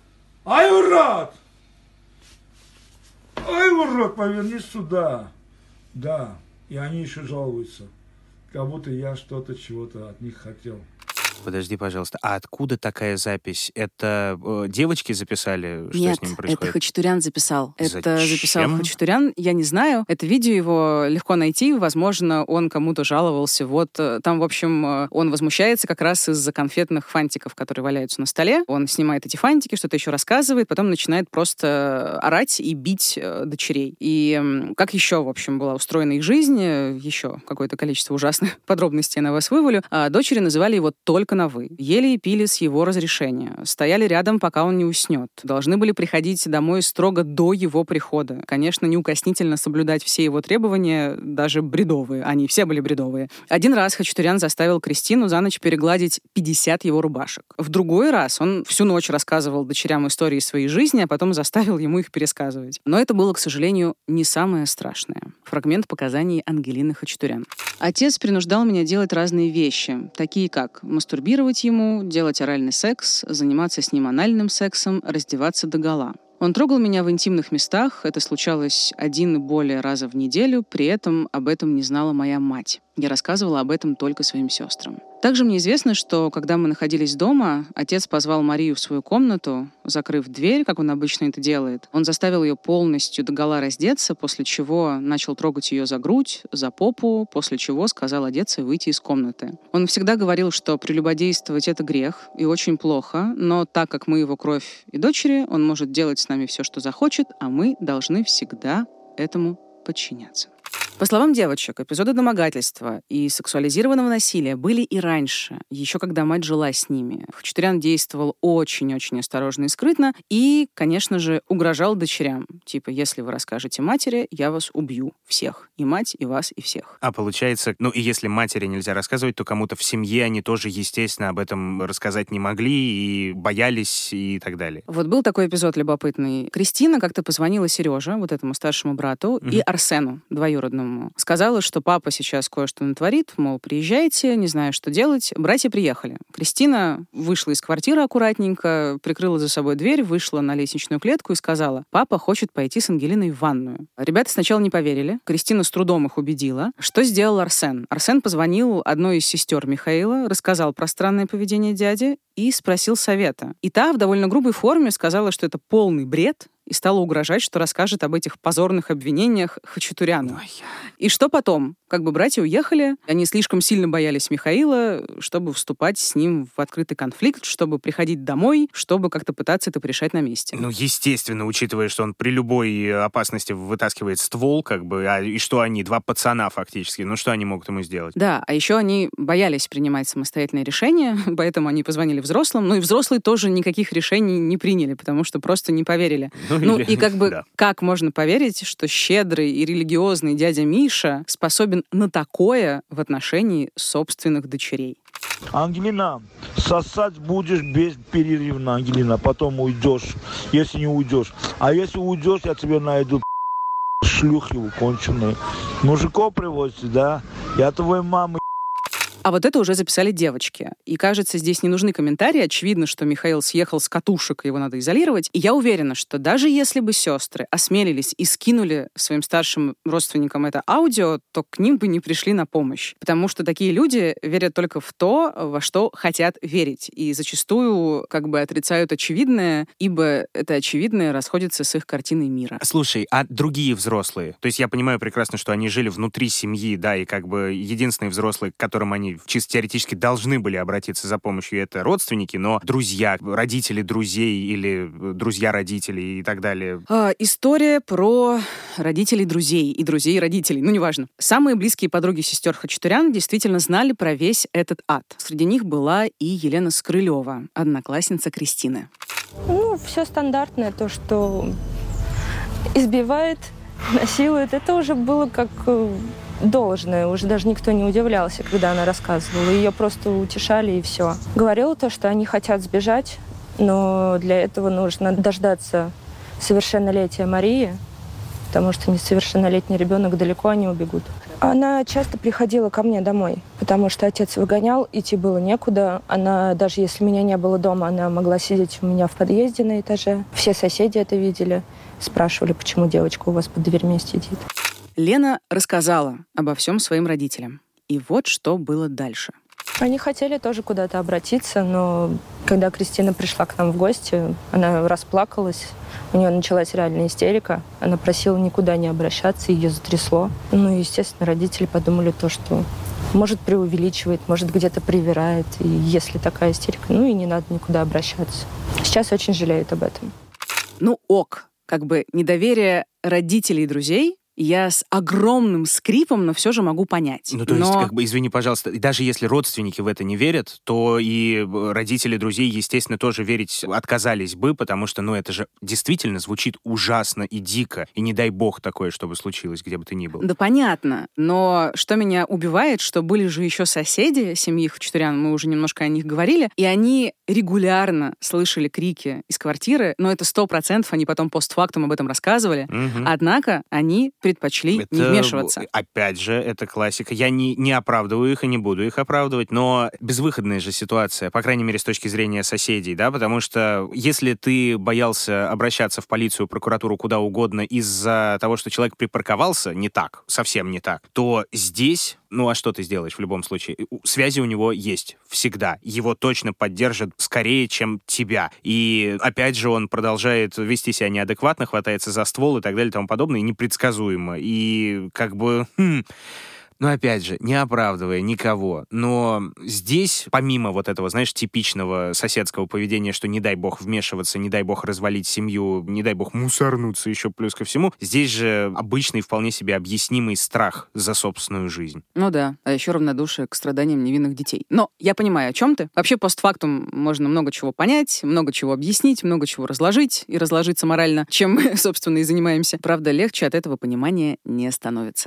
S4: Ай, урод! Ай, урод, поверни сюда! Да, и они еще жалуются, как будто я что-то, чего-то от них хотел.
S2: Подожди, пожалуйста, а откуда такая запись? Это э, девочки записали, что
S1: Нет,
S2: с ними происходит?
S1: это Хачатурян записал.
S2: Зачем?
S1: Это записал Хачатурян, я не знаю. Это видео его легко найти, возможно, он кому-то жаловался. Вот там, в общем, он возмущается как раз из-за конфетных фантиков, которые валяются на столе. Он снимает эти фантики, что-то еще рассказывает, потом начинает просто орать и бить дочерей. И как еще, в общем, была устроена их жизнь, еще какое-то количество ужасных подробностей я на вас вывалю. А дочери называли его только только на «вы». Ели и пили с его разрешения. Стояли рядом, пока он не уснет. Должны были приходить домой строго до его прихода. Конечно, неукоснительно соблюдать все его требования, даже бредовые. Они все были бредовые. Один раз Хачатурян заставил Кристину за ночь перегладить пятьдесят его рубашек. В другой раз он всю ночь рассказывал дочерям истории своей жизни, а потом заставил ему их пересказывать. Но это было, к сожалению, не самое страшное. Фрагмент показаний Ангелины Хачатурян. Отец принуждал меня делать разные вещи, такие как мастурбировать ему, делать оральный секс, заниматься с ним анальным сексом, раздеваться догола. Он трогал меня в интимных местах, это случалось один и более раза в неделю, при этом об этом не знала моя мать. Я рассказывала об этом только своим сестрам. Также мне известно, что, когда мы находились дома, отец позвал Марию в свою комнату, закрыв дверь, как он обычно это делает. Он заставил ее полностью догола раздеться, после чего начал трогать ее за грудь, за попу, после чего сказал одеться и выйти из комнаты. Он всегда говорил, что прелюбодействовать — это грех и очень плохо, но так как мы его кровь и дочери, он может делать с нами все, что захочет, а мы должны всегда этому подчиняться. По словам девочек, эпизоды домогательства и сексуализированного насилия были и раньше, еще когда мать жила с ними. Хачатурян действовал очень-очень осторожно и скрытно и, конечно же, угрожал дочерям. Типа, если вы расскажете матери, я вас убью всех. И мать, и вас, и всех.
S2: А получается, ну и если матери нельзя рассказывать, то кому-то в семье они тоже, естественно, об этом рассказать не могли и боялись и так далее.
S1: Вот был такой эпизод любопытный. Кристина как-то позвонила Сереже, вот этому старшему брату, mm-hmm. и Арсену, двоюродному. Сказала, что папа сейчас кое-что натворит, мол, приезжайте, не знаю, что делать. Братья приехали. Кристина вышла из квартиры аккуратненько, прикрыла за собой дверь, вышла на лестничную клетку и сказала: папа хочет пойти с Ангелиной в ванную. Ребята сначала не поверили. Кристина с трудом их убедила. Что сделал Арсен? Арсен позвонил одной из сестер Михаила, рассказал про странное поведение дяди и спросил совета. И та в довольно грубой форме сказала, что это полный бред, и стала угрожать, что расскажет об этих позорных обвинениях Хачатуряну. Ой. И что потом? Как бы братья уехали, они слишком сильно боялись Михаила, чтобы вступать с ним в открытый конфликт, чтобы приходить домой, чтобы как-то пытаться это порешать на месте.
S2: Ну, естественно, учитывая, что он при любой опасности вытаскивает ствол, как бы, а, и что они, два пацана фактически, ну что они могут ему сделать?
S1: Да, а еще они боялись принимать самостоятельные решения, поэтому они позвонили взрослым, ну и взрослые тоже никаких решений не приняли, потому что просто не поверили. Ну, ну или... и как бы, да. Как можно поверить, что щедрый и религиозный дядя Миша способен на такое в отношении собственных дочерей?
S5: Ангелина, сосать будешь бесперерывно, Ангелина, потом уйдешь, если не уйдешь. А если уйдешь, я тебе найду шлюхи конченые. Мужиков привозите, да? Я твоей мамы.
S1: А вот это уже записали девочки. И, кажется, здесь не нужны комментарии. Очевидно, что Михаил съехал с катушек, его надо изолировать. И я уверена, что даже если бы сестры осмелились и скинули своим старшим родственникам это аудио, то к ним бы не пришли на помощь. Потому что такие люди верят только в то, во что хотят верить. И зачастую как бы отрицают очевидное, ибо это очевидное расходится с их картиной мира.
S2: Слушай, а другие взрослые? То есть я понимаю прекрасно, что они жили внутри семьи, да, и как бы единственные взрослые, к которым они чисто теоретически должны были обратиться за помощью, это родственники, но друзья, родители друзей или друзья родителей и так далее.
S1: А, история про родителей друзей и друзей родителей, ну, неважно. Самые близкие подруги сестер Хачатурян действительно знали про весь этот ад. Среди них была и Елена Скрылева, одноклассница Кристины.
S6: Ну, все стандартное, то, что избивает, насилует, это уже было как... должное. Уже даже никто не удивлялся, когда она рассказывала. Ее просто утешали, и все. Говорила то, что они хотят сбежать, но для этого нужно дождаться совершеннолетия Марии, потому что несовершеннолетний ребенок далеко не убегут. Она часто приходила ко мне домой, потому что отец выгонял, идти было некуда. Она, даже если меня не было дома, она могла сидеть у меня в подъезде на этаже. Все соседи это видели, спрашивали, почему девочка у вас под дверьми сидит.
S1: Лена рассказала обо всем своим родителям. И вот что было дальше.
S6: Они хотели тоже куда-то обратиться, но когда Кристина пришла к нам в гости, она расплакалась, у нее началась реальная истерика. Она просила никуда не обращаться, ее затрясло. Ну и, естественно, родители подумали то, что может преувеличивает, может где-то привирает. И если такая истерика, ну и не надо никуда обращаться. Сейчас очень жалеют об этом.
S1: Ну ок, как бы недоверие родителей и друзей я с огромным скрипом, но все же могу понять.
S2: Ну, то
S1: но...
S2: есть, как бы, извини, пожалуйста, даже если родственники в это не верят, то и родители друзей, естественно, тоже верить отказались бы, потому что, ну, это же действительно звучит ужасно и дико, и не дай бог такое, чтобы случилось, где бы ты ни был.
S1: Да понятно, но что меня убивает, что были же еще соседи семьи Хачатурян, мы уже немножко о них говорили, и они регулярно слышали крики из квартиры, но это сто процентов, они потом постфактум об этом рассказывали,
S2: Угу.
S1: однако они предпочли
S2: это,
S1: не вмешиваться.
S2: Опять же, это классика. Я не, не оправдываю их и не буду их оправдывать, но безвыходная же ситуация, по крайней мере, с точки зрения соседей, да, потому что если ты боялся обращаться в полицию, прокуратуру, куда угодно из-за того, что человек припарковался не так, совсем не так, то здесь, ну а что ты сделаешь в любом случае? Связи у него есть всегда. Его точно поддержат скорее, чем тебя. И опять же, он продолжает вести себя неадекватно, хватается за ствол и так далее и тому подобное, и непредсказуемо. И как бы... Хм, ну, опять же, не оправдывая никого, но здесь, помимо вот этого, знаешь, типичного соседского поведения, что не дай бог вмешиваться, не дай бог развалить семью, не дай бог мусорнуться еще плюс ко всему, здесь же обычный, вполне себе объяснимый страх за собственную жизнь.
S1: Ну да, а еще равнодушие к страданиям невинных детей. Но я понимаю, о чем ты. Вообще, постфактум можно много чего понять, много чего объяснить, много чего разложить и разложиться морально, чем мы, собственно, и занимаемся. Правда, легче от этого понимания не становится.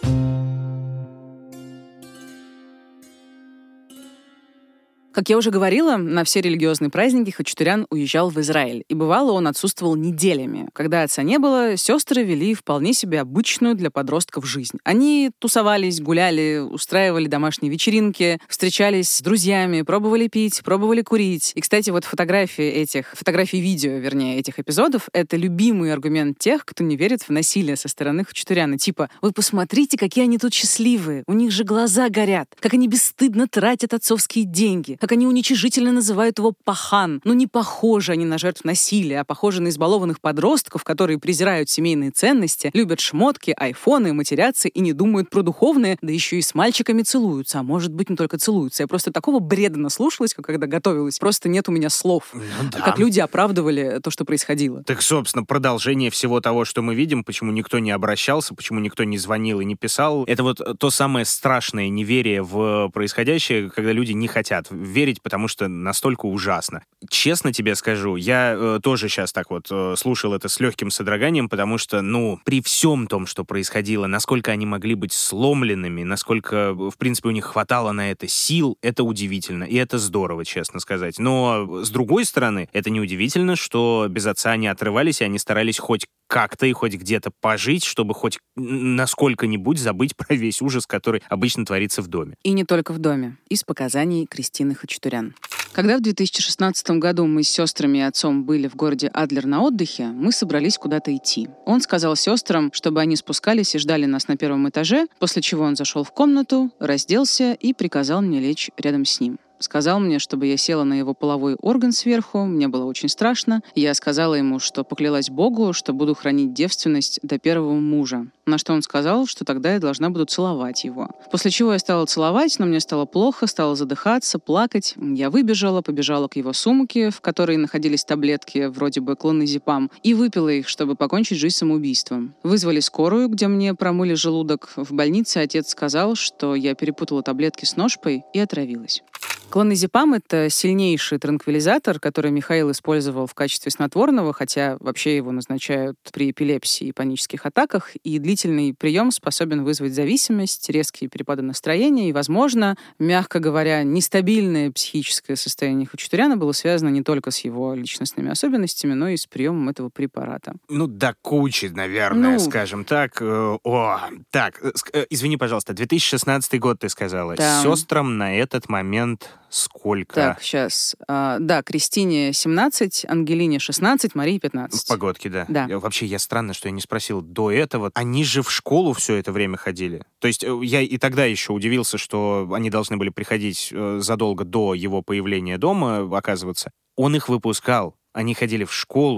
S1: Как я уже говорила, на все религиозные праздники Хачатурян уезжал в Израиль, и бывало, он отсутствовал неделями. Когда отца не было, сестры вели вполне себе обычную для подростков жизнь. Они тусовались, гуляли, устраивали домашние вечеринки, встречались с друзьями, пробовали пить, пробовали курить. И, кстати, вот фотографии этих, фотографии видео, вернее, этих эпизодов — это любимый аргумент тех, кто не верит в насилие со стороны Хачатуряна. Типа, вы посмотрите, какие они тут счастливые, у них же глаза горят, как они бесстыдно тратят отцовские деньги, как они уничижительно называют его пахан. Ну, не похожи они на жертв насилия, а похожи на избалованных подростков, которые презирают семейные ценности, любят шмотки, айфоны, матерятся и не думают про духовное, да еще и с мальчиками целуются. А может быть, не только целуются. Я просто такого бреда наслушалась, как когда готовилась. Просто нет у меня слов.
S2: Ну, да.
S1: Как люди оправдывали то, что происходило.
S2: Так, собственно, продолжение всего того, что мы видим, почему никто не обращался, почему никто не звонил и не писал, это вот то самое страшное неверие в происходящее, когда люди не хотят верить, потому что настолько ужасно. Честно тебе скажу, я э, тоже сейчас так вот э, слушал это с легким содроганием, потому что, ну, при всем том, что происходило, насколько они могли быть сломленными, насколько, в принципе, у них хватало на это сил, это удивительно, и это здорово, честно сказать. Но, с другой стороны, это неудивительно, что без отца они отрывались, и они старались хоть как-то и хоть где-то пожить, чтобы хоть насколько-нибудь забыть про весь ужас, который обычно творится в доме.
S1: И не только в доме. Из показаний Кристины Хачатурян. Когда в две тысячи шестнадцатом году мы с сестрами и отцом были в городе Адлер на отдыхе, мы собрались куда-то идти. Он сказал сестрам, чтобы они спускались и ждали нас на первом этаже, после чего он зашел в комнату, разделся и приказал мне лечь рядом с ним. Сказал мне, чтобы я села на его половой орган сверху, мне было очень страшно. Я сказала ему, что поклялась Богу, что буду хранить девственность до первого мужа. На что он сказал, что тогда я должна буду целовать его. После чего я стала целовать, но мне стало плохо, стала задыхаться, плакать. Я выбежала, побежала к его сумке, в которой находились таблетки, вроде бы клоназепам, и выпила их, чтобы покончить жизнь самоубийством. Вызвали скорую, где мне промыли желудок. В больнице отец сказал, что я перепутала таблетки с ношпой и отравилась. Клоназепам — это сильнейший транквилизатор, который Михаил использовал в качестве снотворного, хотя вообще его назначают при эпилепсии и панических атаках, и длительный прием способен вызвать зависимость, резкие перепады настроения, и, возможно, мягко говоря, нестабильное психическое состояние Хачатуряна было связано не только с его личностными особенностями, но и с приемом этого препарата.
S2: Ну, до кучи, наверное,
S1: ну,
S2: скажем так. О, так, извини, пожалуйста, две тысячи шестнадцатый год, ты сказала.
S1: Да.
S2: Сестрам на этот момент сколько?
S1: Так, сейчас. А, да, Кристине семнадцать, Ангелине шестнадцать, Марии пятнадцать.
S2: В погодке, да.
S1: Да.
S2: Я, вообще, я странно, что я не спросил до этого. Они же в школу все это время ходили. То есть я и тогда еще удивился, что они должны были приходить задолго до его появления дома, оказывается. Он их выпускал, они ходили в школу,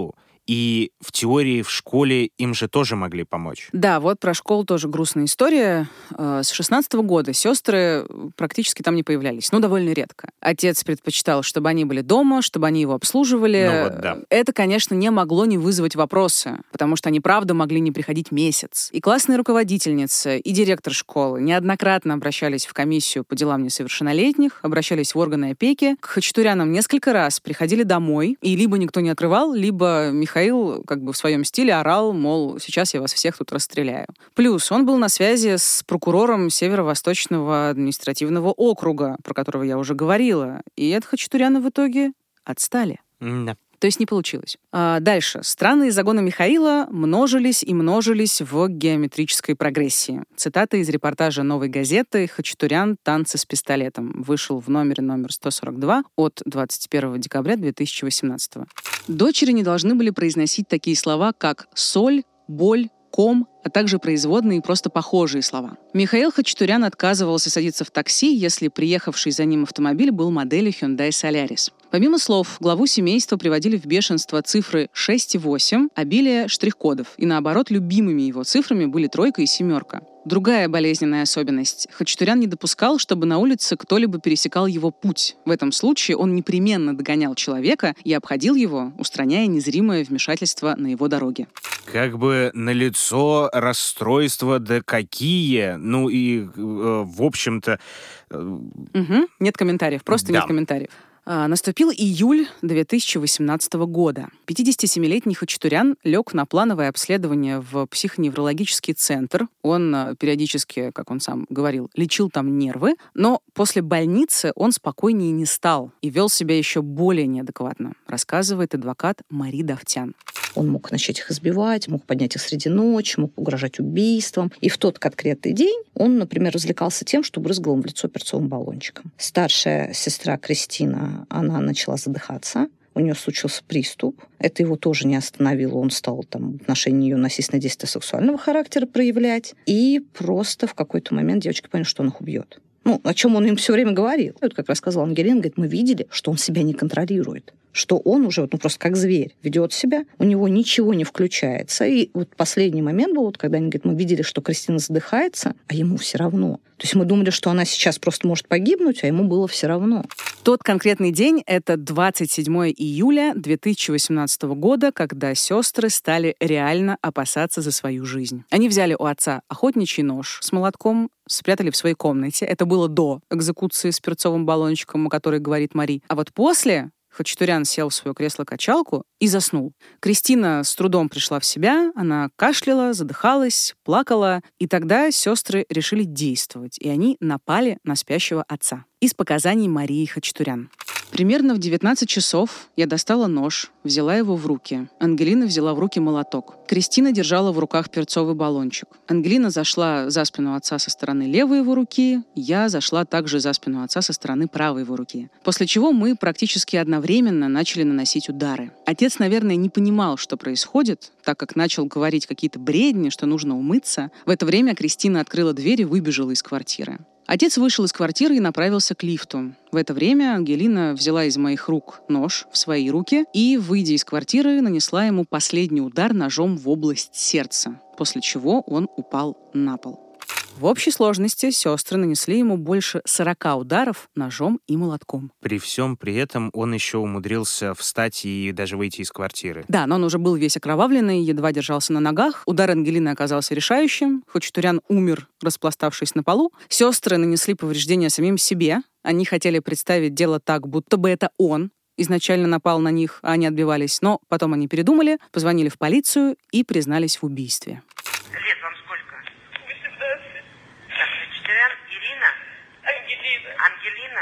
S2: И в теории в школе им же тоже могли помочь.
S1: Да, вот про школу тоже грустная история. С шестнадцатого года сестры практически там не появлялись, ну, довольно редко. Отец предпочитал, чтобы они были дома, чтобы они его обслуживали.
S2: Ну, вот да.
S1: Это, конечно, не могло не вызвать вопросы, потому что они, правда, могли не приходить месяц. И классная руководительница, и директор школы неоднократно обращались в комиссию по делам несовершеннолетних, обращались в органы опеки. К хачатурянам несколько раз приходили домой, и либо никто не открывал, либо Михаил как бы в своем стиле орал, мол, сейчас я вас всех тут расстреляю. Плюс он был на связи с прокурором Северо-Восточного административного округа, про которого я уже говорила, и от хачатуряна в итоге отстали.
S2: Да.
S1: То есть не получилось. А дальше. Странные загоны Михаила множились и множились в геометрической прогрессии. Цитата из репортажа «Новой газеты» «Хачатурян. Танцы с пистолетом». Вышел в номере номер сто сорок два от двадцать первого декабря две тысячи восемнадцатого. Дочери не должны были произносить такие слова, как «соль», «боль», «ком», а также производные и просто похожие слова. Михаил Хачатурян отказывался садиться в такси, если приехавший за ним автомобиль был модели Hyundai Solaris. Помимо слов, главу семейства приводили в бешенство цифры шесть и восемь, обилие штрих-кодов, и наоборот, любимыми его цифрами были тройка и семерка. Другая болезненная особенность. Хачатурян не допускал, чтобы на улице кто-либо пересекал его путь. В этом случае он непременно догонял человека и обходил его, устраняя незримое вмешательство на его дороге.
S2: Как бы налицо расстройства, да какие, ну и, э, в общем-то... Э...
S1: Угу. Нет комментариев, просто да. Нет комментариев. Наступил июль две тысячи восемнадцатого года. пятидесятисемилетний Хачатурян лег на плановое обследование в психоневрологический центр. Он периодически, как он сам говорил, лечил там нервы, но после больницы он спокойнее не стал и вел себя еще более неадекватно, рассказывает адвокат Мари Давтян.
S3: Он мог начать их избивать, мог поднять их среди ночи, мог угрожать убийством. И в тот конкретный день он, например, развлекался тем, что брызгал им в лицо перцовым баллончиком. Старшая сестра Кристина, она начала задыхаться. У нее случился приступ. Это его тоже не остановило. Он стал там, в отношении нее насильственные действия сексуального характера проявлять. И просто в какой-то момент девочки поняли, что он их убьет. Ну, о чем он им все время говорил. Вот как рассказывала Ангелина, говорит, мы видели, что он себя не контролирует. Что он уже ну, просто как зверь ведет себя, у него ничего не включается. И вот последний момент был, вот, когда они говорят, мы видели, что Кристина задыхается, а ему все равно. То есть мы думали, что она сейчас просто может погибнуть, а ему было все равно.
S1: Тот конкретный день — это двадцать седьмого июля две тысячи восемнадцатого года, когда сестры стали реально опасаться за свою жизнь. Они взяли у отца охотничий нож с молотком, спрятали в своей комнате. Это было до экзекуции с перцовым баллончиком, о которой говорит Мари. А вот после Хачатурян сел в свое кресло-качалку и заснул. Кристина с трудом пришла в себя, она кашляла, задыхалась, плакала, и тогда сестры решили действовать, и они напали на спящего отца. Из показаний Марии Хачатурян. Примерно в девятнадцать часов я достала нож, взяла его в руки. Ангелина взяла в руки молоток. Кристина держала в руках перцовый баллончик. Ангелина зашла за спину отца со стороны левой его руки, я зашла также за спину отца со стороны правой его руки. После чего мы практически одновременно начали наносить удары. Отец, наверное, не понимал, что происходит, так как начал говорить какие-то бредни, что нужно умыться. В это время Кристина открыла дверь и выбежала из квартиры. Отец вышел из квартиры и направился к лифту. В это время Ангелина взяла из моих рук нож в свои руки и, выйдя из квартиры, нанесла ему последний удар ножом в область сердца, после чего он упал на пол. В общей сложности сестры нанесли ему больше сорока ударов ножом и молотком.
S2: При всем при этом он еще умудрился встать и даже выйти из квартиры.
S1: Да, но он уже был весь окровавленный, едва держался на ногах. Удар Ангелины оказался решающим. Хачатурян умер, распластавшись на полу. Сестры нанесли повреждения самим себе. Они хотели представить дело так, будто бы это он изначально напал на них, а они отбивались. Но потом они передумали, позвонили в полицию и признались в убийстве.
S7: Лет вам сколько? восемнадцать. Так, Хачатурян Ирина? Ангелина. Ангелина?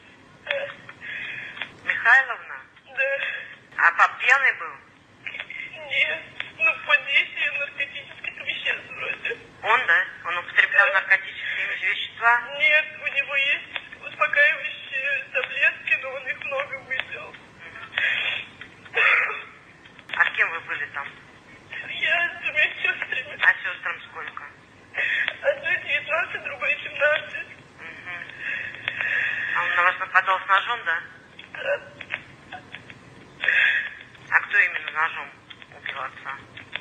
S7: Да. Михайловна? Да. А пап пьяный был? Нет, ну под действием наркотических веществ вроде. Он, да? Он употреблял да. наркотические вещества? Нет, у него есть успокаивающие таблетки, но он их много выпил. А с кем вы были там? Я с двумя сестрами. А сестрам сколько? Одной девятнадцать, другой семнадцать. Угу. А он на вас нападал с ножом, да? Да. А кто именно ножом? вашего отца?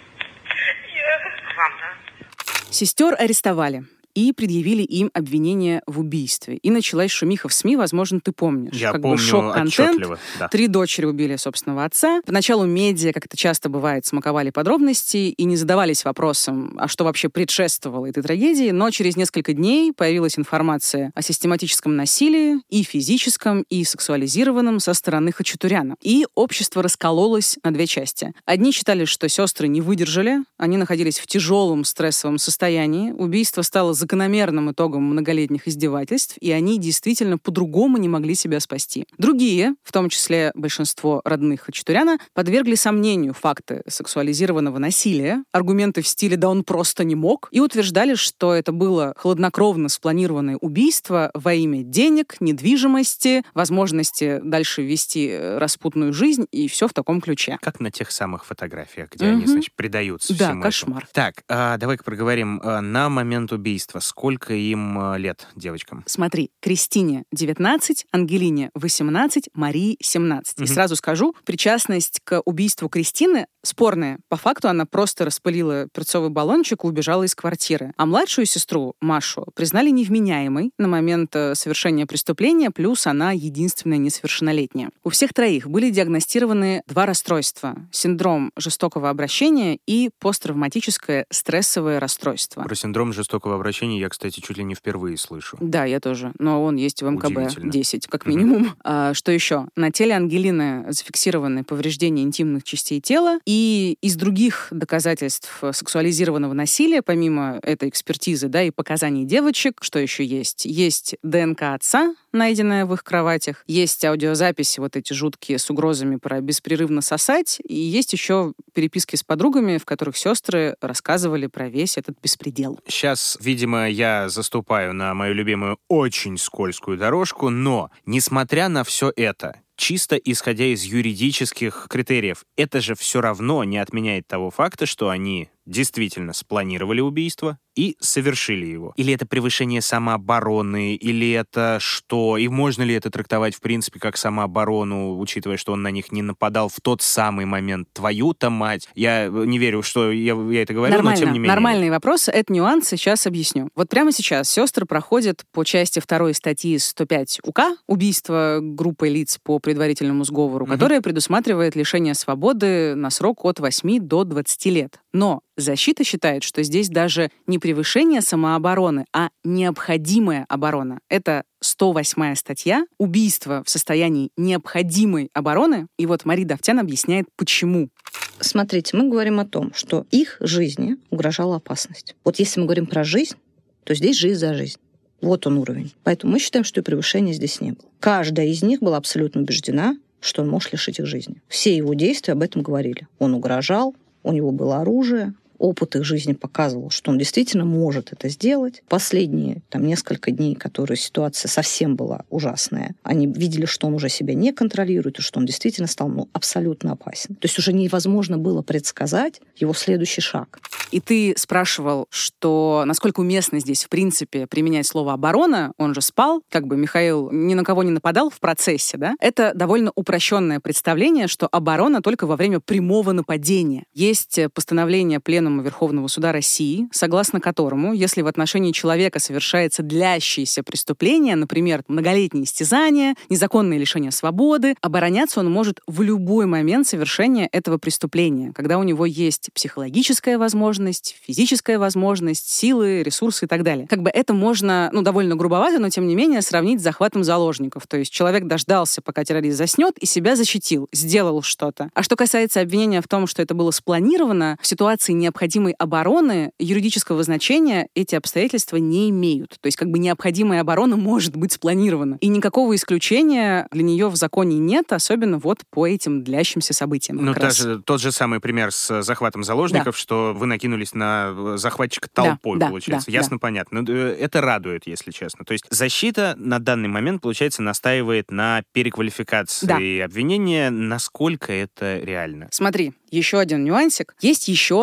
S7: Я. Вам, да?
S1: Сестер арестовали и предъявили им обвинение в убийстве. И началась шумиха в СМИ, возможно, ты помнишь.
S2: Я
S1: как
S2: помню
S1: бы шок-контент.
S2: отчетливо, да.
S1: Три дочери убили собственного отца. Поначалу медиа, как это часто бывает, смаковали подробности и не задавались вопросом, а что вообще предшествовало этой трагедии. Но через несколько дней появилась информация о систематическом насилии и физическом, и сексуализированном со стороны Хачатуряна. И общество раскололось на две части. Одни считали, что сестры не выдержали, они находились в тяжелом стрессовом состоянии. Убийство стало закономерным итогом многолетних издевательств, и они действительно по-другому не могли себя спасти. Другие, в том числе большинство родных Хачатуряна, подвергли сомнению факты сексуализированного насилия, аргументы в стиле «да он просто не мог», и утверждали, что это было хладнокровно спланированное убийство во имя денег, недвижимости, возможности дальше вести распутную жизнь, и все в таком ключе.
S2: Как на тех самых фотографиях, где
S1: Угу.
S2: они, значит, предаются
S1: Да,
S2: всему
S1: кошмар.
S2: этому. Так, а, давай-ка проговорим. А, на момент убийства сколько им а, лет, девочкам?
S1: Смотри, Кристине девятнадцать, Ангелине восемнадцать, Марии семнадцать.
S2: Мгм.
S1: И сразу скажу, причастность к убийству Кристины спорная. По факту она просто распылила перцовый баллончик и убежала из квартиры. А младшую сестру, Машу, признали невменяемой на момент э, совершения преступления, плюс она единственная несовершеннолетняя. У всех троих были диагностированы два расстройства. Синдром жестокого обращения и посттравматическое стрессовое расстройство.
S2: Про синдром жестокого обращения я, кстати, чуть ли не впервые слышу.
S1: Да, я тоже. Но он есть в эм ка бэ
S2: Удивительно.
S1: десять, как
S2: Мгм.
S1: минимум. А, что еще? На теле Ангелины зафиксированы повреждения интимных частей тела. И из других доказательств сексуализированного насилия, помимо этой экспертизы, да, и показаний девочек, что еще есть? Есть дэ эн ка отца, найденная в их кроватях. Есть аудиозаписи, вот эти жуткие, с угрозами про беспрерывно сосать. И есть еще переписки с подругами, в которых сестры рассказывали про весь этот беспредел.
S2: Сейчас, видимо, я заступаю на мою любимую очень скользкую дорожку, но, несмотря на все это, чисто исходя из юридических критериев, это же все равно не отменяет того факта, что они действительно спланировали убийство и совершили его. Или это превышение самообороны, или это что? И можно ли это трактовать, в принципе, как самооборону, учитывая, что он на них не нападал в тот самый момент? Твою-то мать! Я не верю, что я, я это говорю,
S1: Нормально,
S2: но тем не менее.
S1: нормальные вопросы, это нюансы, сейчас объясню. Вот прямо сейчас сестры проходят по части второй статьи сто пять УК убийство группы лиц по предварительному сговору,
S2: Мгм.
S1: которая предусматривает лишение свободы на срок от восьми до двадцати лет. Но защита считает, что здесь даже не превышение самообороны, а необходимая оборона. Это сто восьмая статья «Убийство в состоянии необходимой обороны». И вот Мария Давтян объясняет, почему.
S3: Смотрите, мы говорим о том, что их жизни угрожала опасность. Вот если мы говорим про жизнь, то здесь жизнь за жизнь. Вот он уровень. Поэтому мы считаем, что и превышения здесь не было. Каждая из них была абсолютно убеждена, что он может лишить их жизни. Все его действия об этом говорили. Он угрожал, у него было оружие, опыт их жизни показывал, что он действительно может это сделать. Последние там, несколько дней, которые ситуация совсем была ужасная, они видели, что он уже себя не контролирует, и что он действительно стал ну, абсолютно опасен. То есть уже невозможно было предсказать его следующий шаг.
S1: И ты спрашивал, что насколько уместно здесь, в принципе, применять слово «оборона», он же спал, как бы Михаил ни на кого не нападал в процессе, да? Это довольно упрощенное представление, что оборона только во время прямого нападения. Есть постановление Пленума Верховного Суда России, согласно которому, если в отношении человека совершается длящееся преступление, например, многолетние истязания, незаконное лишение свободы, обороняться он может в любой момент совершения этого преступления, когда у него есть психологическая возможность, физическая возможность, силы, ресурсы и так далее. Как бы это можно, ну, довольно грубовато, но тем не менее сравнить с захватом заложников. То есть человек дождался, пока террорист заснет, и себя защитил, сделал что-то. А что касается обвинения в том, что это было спланировано, в ситуации необходимости необходимой обороны юридического значения эти обстоятельства не имеют. То есть как бы необходимая оборона может быть спланирована. И никакого исключения для нее в законе нет, особенно вот по этим длящимся событиям.
S2: Ну, даже тот же самый пример с захватом заложников,
S1: да.
S2: что вы накинулись на захватчика толпой,
S1: да,
S2: получается.
S1: Да,
S2: Ясно,
S1: да.
S2: понятно. Это радует, если честно. То есть защита на данный момент, получается, настаивает на переквалификации
S1: да.
S2: обвинения. Насколько это реально?
S1: Смотри, еще один нюансик. Есть еще одно уголовное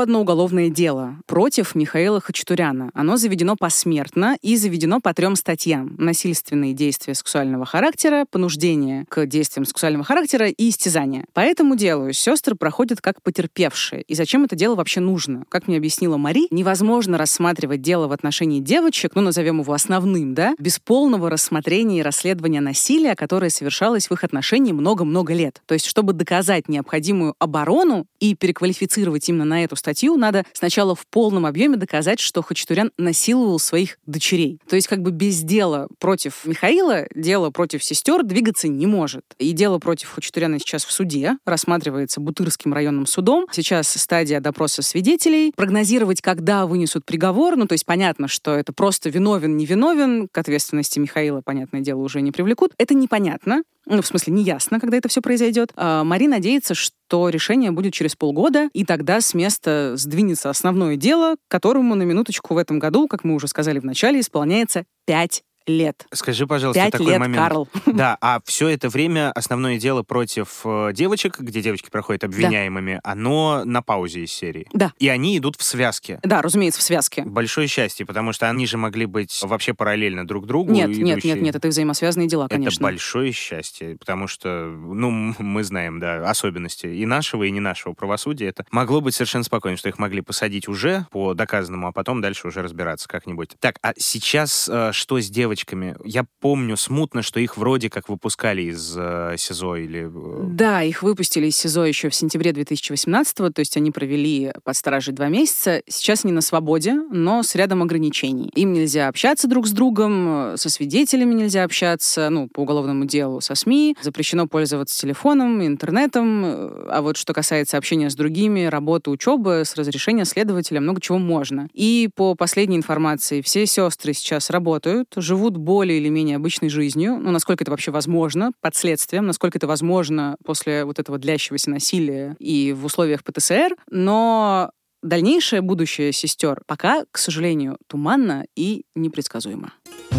S1: уголовное дело против Михаила Хачатуряна. Оно заведено посмертно и заведено по трем статьям. Насильственные действия сексуального характера, понуждение к действиям сексуального характера и истязание. По этому делу сестры проходят как потерпевшие. И зачем это дело вообще нужно? Как мне объяснила Мари, невозможно рассматривать дело в отношении девочек, ну, назовем его основным, да, без полного рассмотрения и расследования насилия, которое совершалось в их отношении много-много лет. То есть, чтобы доказать необходимую оборону и переквалифицировать именно на эту статью, надо сначала в полном объеме доказать, что Хачатурян насиловал своих дочерей. То есть, как бы без дела против Михаила дело против сестер двигаться не может. И дело против Хачатуряна сейчас в суде, рассматривается Бутырским районным судом. Сейчас стадия допроса свидетелей. Прогнозировать, когда вынесут приговор, ну, то есть понятно, что это просто виновен, невиновен, к ответственности Михаила, понятное дело, уже не привлекут. Это непонятно. Ну, в смысле, неясно, когда это все произойдет. А Мари надеется, что решение будет через полгода, и тогда с места сдвинется основное дело, которому на минуточку в этом году, как мы уже сказали в начале, исполняется пять лет.
S2: Скажи, пожалуйста,
S1: Пять
S2: такой
S1: лет,
S2: момент.
S1: Карл.
S2: Да, а все это время основное дело против э, девочек, где девочки проходят обвиняемыми, да. Оно на паузе из серии.
S1: Да.
S2: И они идут в связке.
S1: Да, разумеется, в связке.
S2: Большое счастье, потому что они же могли быть вообще параллельно друг другу.
S1: Нет,
S2: идущие.
S1: нет, нет, нет, это взаимосвязанные дела, конечно.
S2: Это большое счастье, потому что, ну, мы знаем, да, особенности и нашего, и не нашего правосудия. Это могло быть совершенно спокойно, что их могли посадить уже по доказанному, а потом дальше уже разбираться как-нибудь. Так, а сейчас э, что с девочками? Я помню смутно, что их вроде как выпускали из э, СИЗО или...
S1: Да, их выпустили из СИЗО еще в сентябре две тысячи восемнадцатого, то есть они провели под стражей два месяца. Сейчас они на свободе, но с рядом ограничений. Им нельзя общаться друг с другом, со свидетелями нельзя общаться, ну, по уголовному делу со СМИ, запрещено пользоваться телефоном, интернетом, а вот что касается общения с другими, работы, учебы, с разрешения следователя, много чего можно. И по последней информации, все сестры сейчас работают, живут более или менее обычной жизнью, ну, насколько это вообще возможно, под следствием, насколько это возможно после вот этого длящегося насилия и в условиях ПТСР, но дальнейшее будущее сестер пока, к сожалению, туманно и непредсказуемо.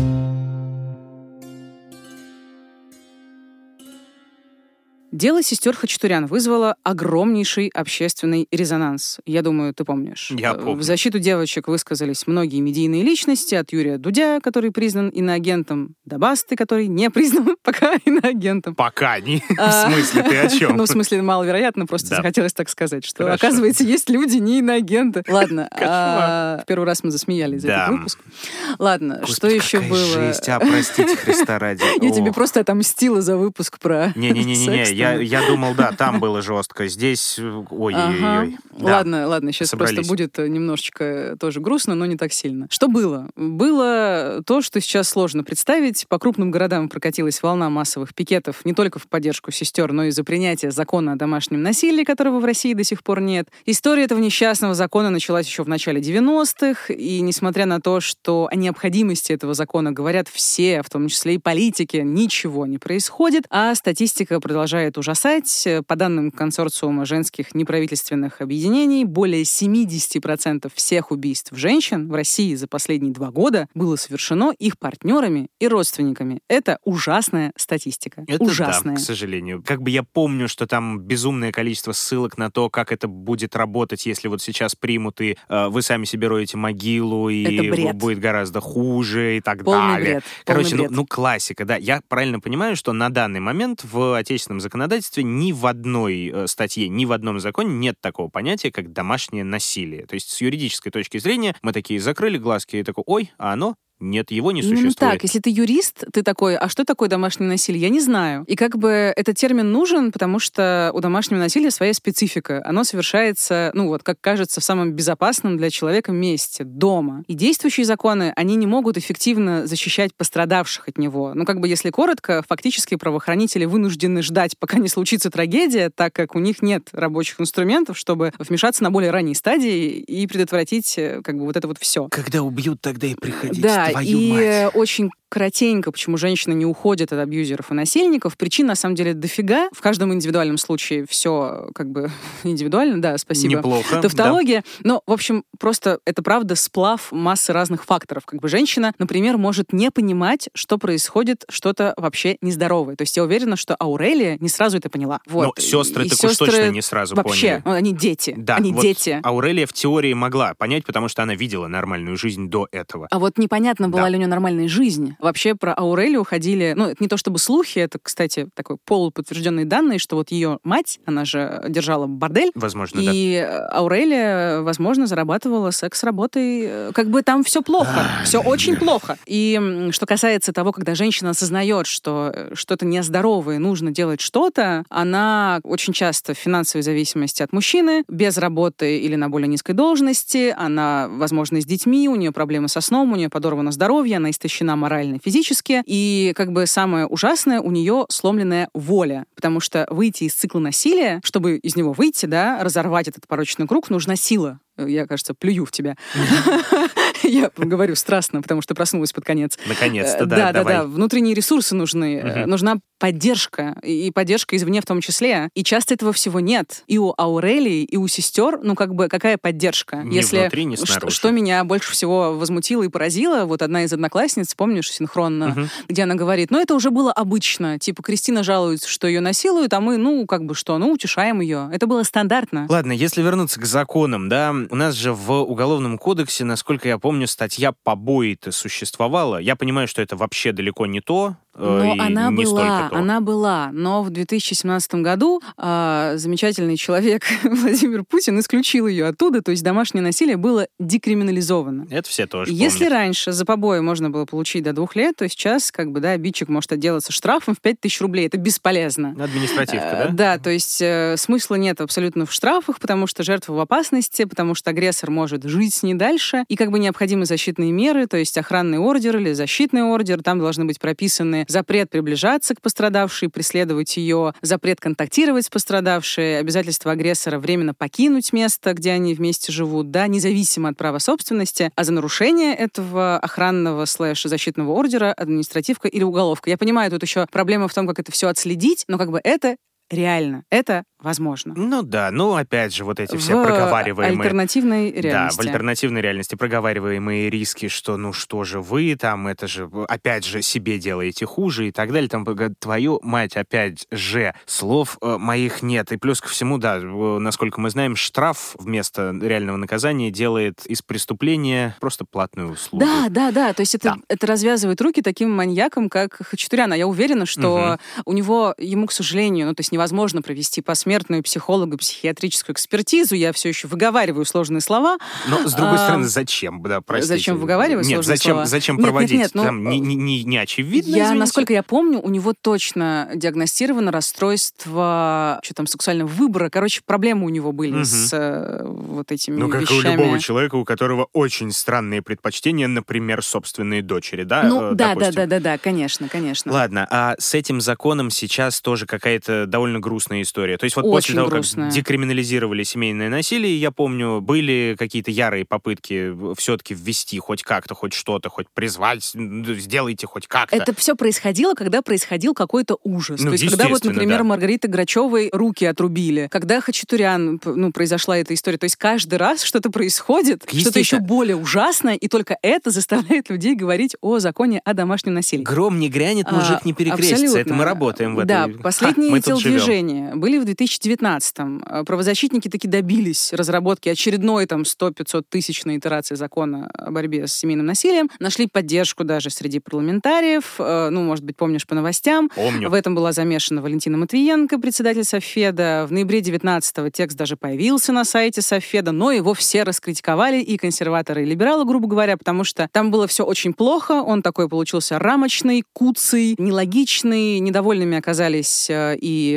S1: Дело сестер Хачатурян вызвало огромнейший общественный резонанс. Я думаю, ты помнишь.
S2: Я помню.
S1: В защиту девочек высказались многие медийные личности, от Юрия Дудя, который признан иноагентом, до Басты, который не признан пока иноагентом.
S2: Пока не. В смысле, ты о чем?
S1: Ну, в смысле, маловероятно, просто захотелось так сказать, что,
S2: Хорошо.
S1: Оказывается, есть люди не иноагенты. Ладно, в первый раз мы засмеялись за этот выпуск. Ладно, что еще было?
S2: Жесть, а, простите, Христа ради.
S1: Я тебе просто отомстила за выпуск про
S2: Не-не-не, я, я думал, да, там было жестко. Здесь, ой-ой-ой.
S1: Ага.
S2: Да.
S1: Ладно, ладно, сейчас
S2: Собрались.
S1: Просто будет немножечко тоже грустно, но не так сильно. Что было? Было то, что сейчас сложно представить. По крупным городам прокатилась волна массовых пикетов не только в поддержку сестер, но и за принятие закона о домашнем насилии, которого в России до сих пор нет. История этого несчастного закона началась еще в начале девяностых, и несмотря на то, что о необходимости этого закона говорят все, в том числе и политики, ничего не происходит, а статистика продолжает ужасать. По данным консорциума женских неправительственных объединений, более семьдесят процентов всех убийств женщин в России за последние два года было совершено их партнерами и родственниками. Это ужасная статистика.
S2: Это
S1: ужасная.
S2: Да, к сожалению. Как бы я помню, что там безумное количество ссылок на то, как это будет работать, если вот сейчас примут, и э, вы сами себе роете могилу, и будет гораздо хуже, и так
S1: Полный
S2: далее.
S1: бред.
S2: Короче,
S1: Полный бред.
S2: Ну, ну классика, да. Я правильно понимаю, что на данный момент в отечественном законодательстве ни в одной э, статье, ни в одном законе нет такого понятия, как домашнее насилие. То есть с юридической точки зрения мы такие закрыли глазки и такой, ой, а оно... Нет, его не
S1: Именно
S2: существует.
S1: так. Если ты юрист, ты такой, а что такое домашнее насилие? Я не знаю. И как бы этот термин нужен, потому что у домашнего насилия своя специфика. Оно совершается, ну вот, как кажется, в самом безопасном для человека месте, дома. И действующие законы, они не могут эффективно защищать пострадавших от него. Ну, как бы, если коротко, фактически правоохранители вынуждены ждать, пока не случится трагедия, так как у них нет рабочих инструментов, чтобы вмешаться на более ранней стадии и предотвратить, как бы, вот это вот все.
S2: Когда убьют, тогда и приходите.
S1: Да,
S2: Твою
S1: и
S2: мать.
S1: очень коротенько, почему женщины не уходят от абьюзеров и насильников. Причин, на самом деле, дофига. В каждом индивидуальном случае все как бы индивидуально, да, спасибо.
S2: Неплохо.
S1: Тавтология. Да. Но, в общем, просто это правда сплав массы разных факторов. Как бы женщина, например, может не понимать, что происходит что-то вообще нездоровое. То есть я уверена, что Аурелия не сразу это поняла. Вот.
S2: Но сестры
S1: и
S2: так
S1: сестры
S2: уж точно не сразу
S1: вообще,
S2: поняли.
S1: Они дети.
S2: Да,
S1: они
S2: вот
S1: дети.
S2: Аурелия в теории могла понять, потому что она видела нормальную жизнь до этого.
S1: А вот непонятно, была
S2: Да.
S1: ли у нее нормальная жизнь. Вообще про Аурелию ходили, ну, это не то чтобы слухи, это, кстати, такой полуподтвержденные данные, что вот ее мать, она же держала бордель.
S2: Возможно,
S1: и
S2: да.
S1: Аурелия, возможно, зарабатывала секс-работой. Как бы там все плохо. Все очень плохо. И что касается того, когда женщина осознает, что что-то нездоровое, нужно делать что-то, она очень часто в финансовой зависимости от мужчины, без работы или на более низкой должности, она, возможно, с детьми, у нее проблемы со сном, у нее подорвано здоровье, она истощена морально, физически. И как бы самое ужасное, у нее сломленная воля. Потому что выйти из цикла насилия, чтобы из него выйти, да, разорвать этот порочный круг, нужна сила. Я, кажется, плюю в тебя. Я говорю страстно, потому что проснулась под конец.
S2: Наконец-то, да,
S1: Да, да,
S2: давай.
S1: да. Внутренние ресурсы нужны. Нужна поддержка. И поддержка извне в том числе. И часто этого всего нет. И у Аурелии, и у сестер, ну, как бы, какая поддержка?
S2: Ни
S1: Если
S2: внутри, ни
S1: что,
S2: снаружи.
S1: что меня больше всего возмутило и поразило, вот одна из одноклассниц, помнишь, синхронно,
S2: Мгм.
S1: где она говорит, ну, это уже было обычно. Типа, Кристина жалуется, что ее насилуют, а мы, ну, как бы что, ну, утешаем ее. Это было стандартно.
S2: Ладно, если вернуться к законам, да, у нас же в Уголовном кодексе, насколько я помню, статья побои-то существовала. Я понимаю, что это вообще далеко не то, э,
S1: Но
S2: и
S1: она
S2: не
S1: была,
S2: столько то.
S1: она была. Но в две тысячи семнадцатом году э, замечательный человек Владимир Путин исключил ее оттуда, то есть домашнее насилие было декриминализовано.
S2: Это все тоже
S1: Если
S2: помнят.
S1: раньше за побои можно было получить до двух лет, то сейчас, как бы, да, обидчик может отделаться штрафом в пять тысяч рублей. Это бесполезно.
S2: Административка,
S1: Э,
S2: да?
S1: Да, то есть э, смысла нет абсолютно в штрафах, потому что жертва в опасности, потому что агрессор может жить с ней дальше, и как бы необходимы защитные меры, то есть охранный ордер или защитный ордер, там должны быть прописаны запрет приближаться к пострадавшей, преследовать ее, запрет контактировать с пострадавшей, обязательство агрессора временно покинуть место, где они вместе живут, да, независимо от права собственности, а за нарушение этого охранного слэш-защитного ордера административка или уголовка. Я понимаю, тут еще проблема в том, как это все отследить, но как бы это реально, это возможно.
S2: Ну да, ну опять же, вот эти все
S1: В
S2: проговариваемые...
S1: альтернативной реальности.
S2: Да, в альтернативной реальности проговариваемые риски, что ну что же вы там, это же, опять же, себе делаете хуже и так далее. Там, твою мать, опять же, слов э, моих нет. И плюс ко всему, да, э, насколько мы знаем, штраф вместо реального наказания делает из преступления просто платную услугу.
S1: Да, да, да. То есть это,
S2: Да.
S1: это развязывает руки таким маньякам, как Хачатурян. А я уверена, что у него, ему, к сожалению, ну, то есть невозможно провести посмертную психолого-психиатрическую экспертизу. Я все еще выговариваю сложные слова.
S2: Но, с другой
S1: А,
S2: стороны, зачем? Да, простите.
S1: зачем выговаривать
S2: Нет,
S1: сложные
S2: зачем,
S1: слова?
S2: зачем
S1: Нет, нет,
S2: проводить?
S1: нет, ну,
S2: Там не, не, не, не очевидно,
S1: Я,
S2: извините.
S1: насколько я помню, у него точно диагностировано расстройство что там, сексуального выбора. Короче, проблемы у него были
S2: Мгм.
S1: с э, вот этими
S2: Ну, как
S1: вещами.
S2: у любого человека, у которого очень странные предпочтения, например, собственные дочери, да?
S1: Ну,
S2: э,
S1: да, да,
S2: допустим.
S1: да, да, да, конечно, конечно.
S2: Ладно, а с этим законом сейчас тоже какая-то довольно грустная история. То есть вот
S1: Очень
S2: после того,
S1: грустная.
S2: как декриминализировали семейное насилие, я помню, были какие-то ярые попытки все-таки ввести хоть как-то, хоть что-то, хоть призвать, сделайте хоть как-то.
S1: Это все происходило, когда происходил какой-то ужас.
S2: Ну,
S1: То есть, когда вот,
S2: естественно,
S1: например,
S2: да.
S1: Маргариты Грачевой руки отрубили, когда Хачатурян, п- ну, произошла эта история. То есть каждый раз что-то происходит, что-то
S2: Естественно.
S1: еще более ужасное, и только это заставляет людей говорить о законе о домашнем насилии.
S2: Гром не грянет, мужик
S1: А,
S2: не перекрестится.
S1: абсолютно.
S2: Это мы работаем в
S1: Да,
S2: этой...
S1: последние
S2: Ха, мы тут живем.
S1: телодвижения были в две тысячи девятнадцатом. А, Правозащитники таки добились разработки очередной там сто-пятьсот тысячной итерации закона о борьбе с семейным насилием. Нашли поддержку даже среди парламентариев. Э, Ну, может быть, помнишь по новостям.
S2: Помню.
S1: В этом была замешана Валентина Матвиенко, председатель Совфеда. В ноябре девятнадцатого текст даже появился на сайте Совфеда, но его все раскритиковали, и консерваторы, и либералы, грубо говоря, потому что там было все очень плохо. Он такой получился рамочный, куцый, нелогичный. Недовольными оказались э, и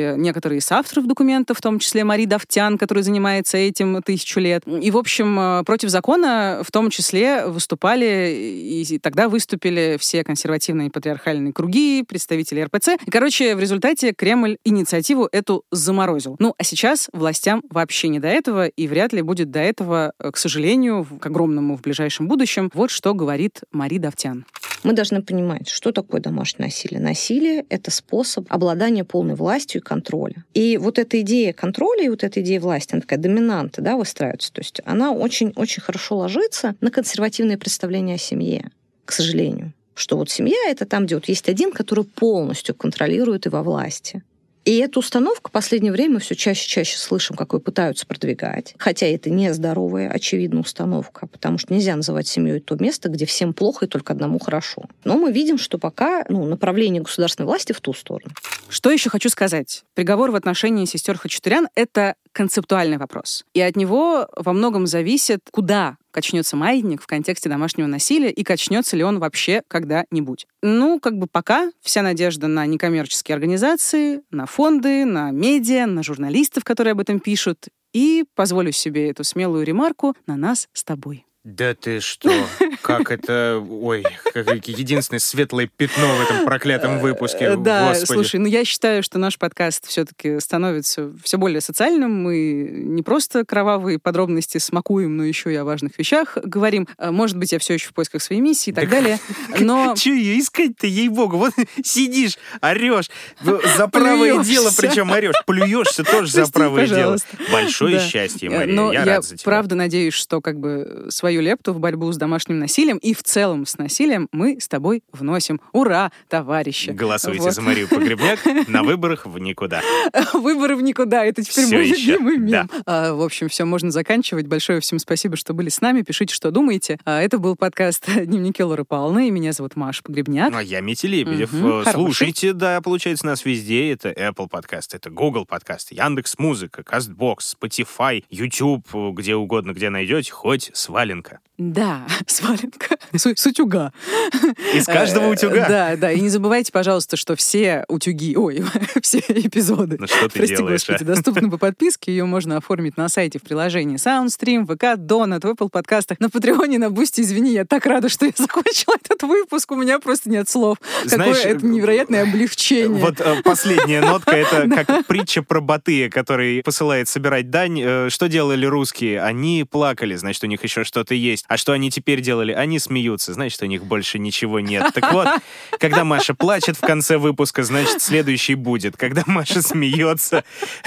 S1: и некоторые из авторов документов, в том числе Мари Давтян, который занимается этим тысячу лет. И, в общем, против закона в том числе выступали, и тогда выступили все консервативные патриархальные круги, представители эр пэ цэ. И, короче, в результате Кремль инициативу эту заморозил. Ну, а сейчас властям вообще не до этого, и вряд ли будет до этого, к сожалению, к огромному в ближайшем будущем. Вот что говорит Мари Давтян.
S3: Мы должны понимать, что такое домашнее насилие. Насилие — это способ обладания полной властью и контроля. И вот эта идея контроля и вот эта идея власти, она такая доминанта, да, выстраивается. То есть она очень-очень хорошо ложится на консервативные представления о семье, к сожалению. Что вот семья — это там, где вот есть один, который полностью контролирует и во власти. И эту установку в последнее время мы все чаще и чаще слышим, как ее пытаются продвигать. Хотя это нездоровая, очевидно, установка, потому что нельзя называть семьей то место, где всем плохо и только одному хорошо. Но мы видим, что пока ну, направление государственной власти в ту сторону.
S1: Что еще хочу сказать? Приговор в отношении сестер Хачатурян — это концептуальный вопрос. И от него во многом зависит, куда качнется маятник в контексте домашнего насилия и качнется ли он вообще когда-нибудь. Ну, как бы пока вся надежда на некоммерческие организации, на фонды, на медиа, на журналистов, которые об этом пишут. И позволю себе эту смелую ремарку на нас с тобой.
S2: Да ты что? Как это... Ой, как единственное светлое пятно в этом проклятом выпуске.
S1: Да,
S2: Господи.
S1: Слушай, ну я считаю, что наш подкаст все-таки становится все более социальным. Мы не просто кровавые подробности смакуем, но еще и о важных вещах говорим. Может быть, я все еще в поисках своей миссии и так да далее. Но...
S2: Че ее искать-то, ей-богу? Вот сидишь, орешь, за правое дело причем орешь. Плюешься тоже за правое дело. Большое счастье, Мария, я рад за тебя.
S1: Правда надеюсь, что как бы свою лепту в борьбу с домашним насилием и в целом с насилием мы с тобой вносим. Ура, товарищи!
S2: Голосуйте
S1: вот.
S2: за Марию Погребняк на выборах в никуда.
S1: Выборы в никуда. Это теперь
S2: все
S1: мой
S2: еще.
S1: любимый мем.
S2: Да.
S1: А, в общем, все, можно заканчивать. Большое всем спасибо, что были с нами. Пишите, что думаете. А, это был подкаст «Дневники Лоры Павловны». И меня зовут Маша Погребняк.
S2: А я Митя Лебедев.
S1: Угу,
S2: слушайте, да, получается, нас везде. Это Apple подкаст, это Google подкаст, Яндекс.Музыка, Castbox, Spotify, YouTube, где угодно, где найдете, хоть сваленка.
S1: Да, сваленка. С, с утюга.
S2: Из каждого утюга.
S1: Да, да. И не забывайте, пожалуйста, что все утюги, ой, все эпизоды,
S2: ну, что ты
S1: прости
S2: делаешь,
S1: господи,
S2: а?
S1: доступны по подписке. Ее можно оформить на сайте в приложении Soundstream, ВК, Донат, в Apple подкастах, на Патреоне, на Бусти. Извини, я так рада, что я закончила этот выпуск. У меня просто нет слов.
S2: Знаешь,
S1: какое это невероятное облегчение.
S2: Вот э, последняя нотка, это как притча про Батыя, который посылает собирать дань. Э, что делали русские? Они плакали, значит, у них еще что-то есть. А что они теперь делали? Они смеются, значит, у них больше ничего нет. Так вот, когда Маша плачет в конце выпуска, значит, следующий будет. Когда Маша смеется,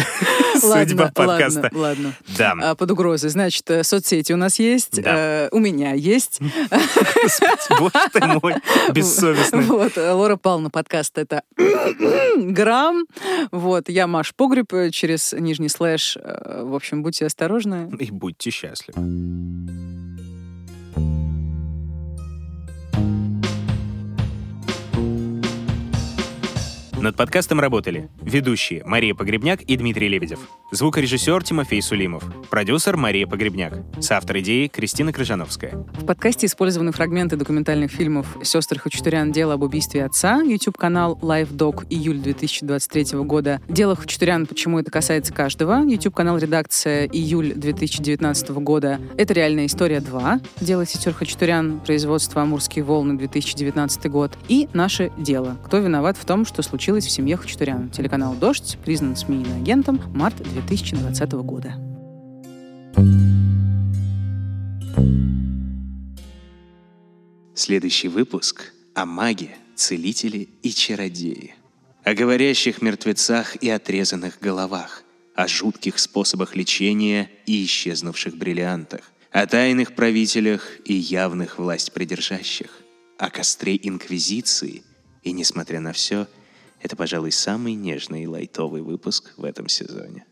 S2: судьба подкаста.
S1: Ладно, ладно.
S2: Да.
S1: А, под угрозой. Значит, соцсети у нас есть,
S2: Да.
S1: э, у меня есть.
S2: Боже ты мой, бессовестный.
S1: Вот, Лора Павловна, подкаст — это Грамм. Вот, я Маш Погреб, через нижний слэш. В общем, будьте осторожны.
S2: И будьте счастливы. Над подкастом работали ведущие Мария Погребняк и Дмитрий Лебедев, звукорежиссер Тимофей Сулимов, продюсер Мария Погребняк, соавтор идеи Кристина Крыжановская.
S1: В подкасте использованы фрагменты документальных фильмов «Сестры Хачатурян. Дело об убийстве отца», YouTube-канал LiveDoc, июль две тысячи двадцать третьего года, «Дело Хачатурян. Почему это касается каждого», YouTube-канал «Редакция», июль две тысячи девятнадцатого года, «Это реальная история два», «Дело сестер Хачатурян. Производство Амурские волны», две тысячи девятнадцатый год, и «Наше дело. Кто виноват в том, что случилось в семье Хачатурян». Телеканал «Дождь», признан СМИ иноагентом, март две тысячи двадцатого года.
S8: Следующий выпуск о маге, целителе и чародее. О говорящих мертвецах и отрезанных головах. О жутких способах лечения и исчезнувших бриллиантах. О тайных правителях и явных власть придержащих. О костре инквизиции. И, несмотря на все, это, пожалуй, самый нежный и лайтовый выпуск в этом сезоне.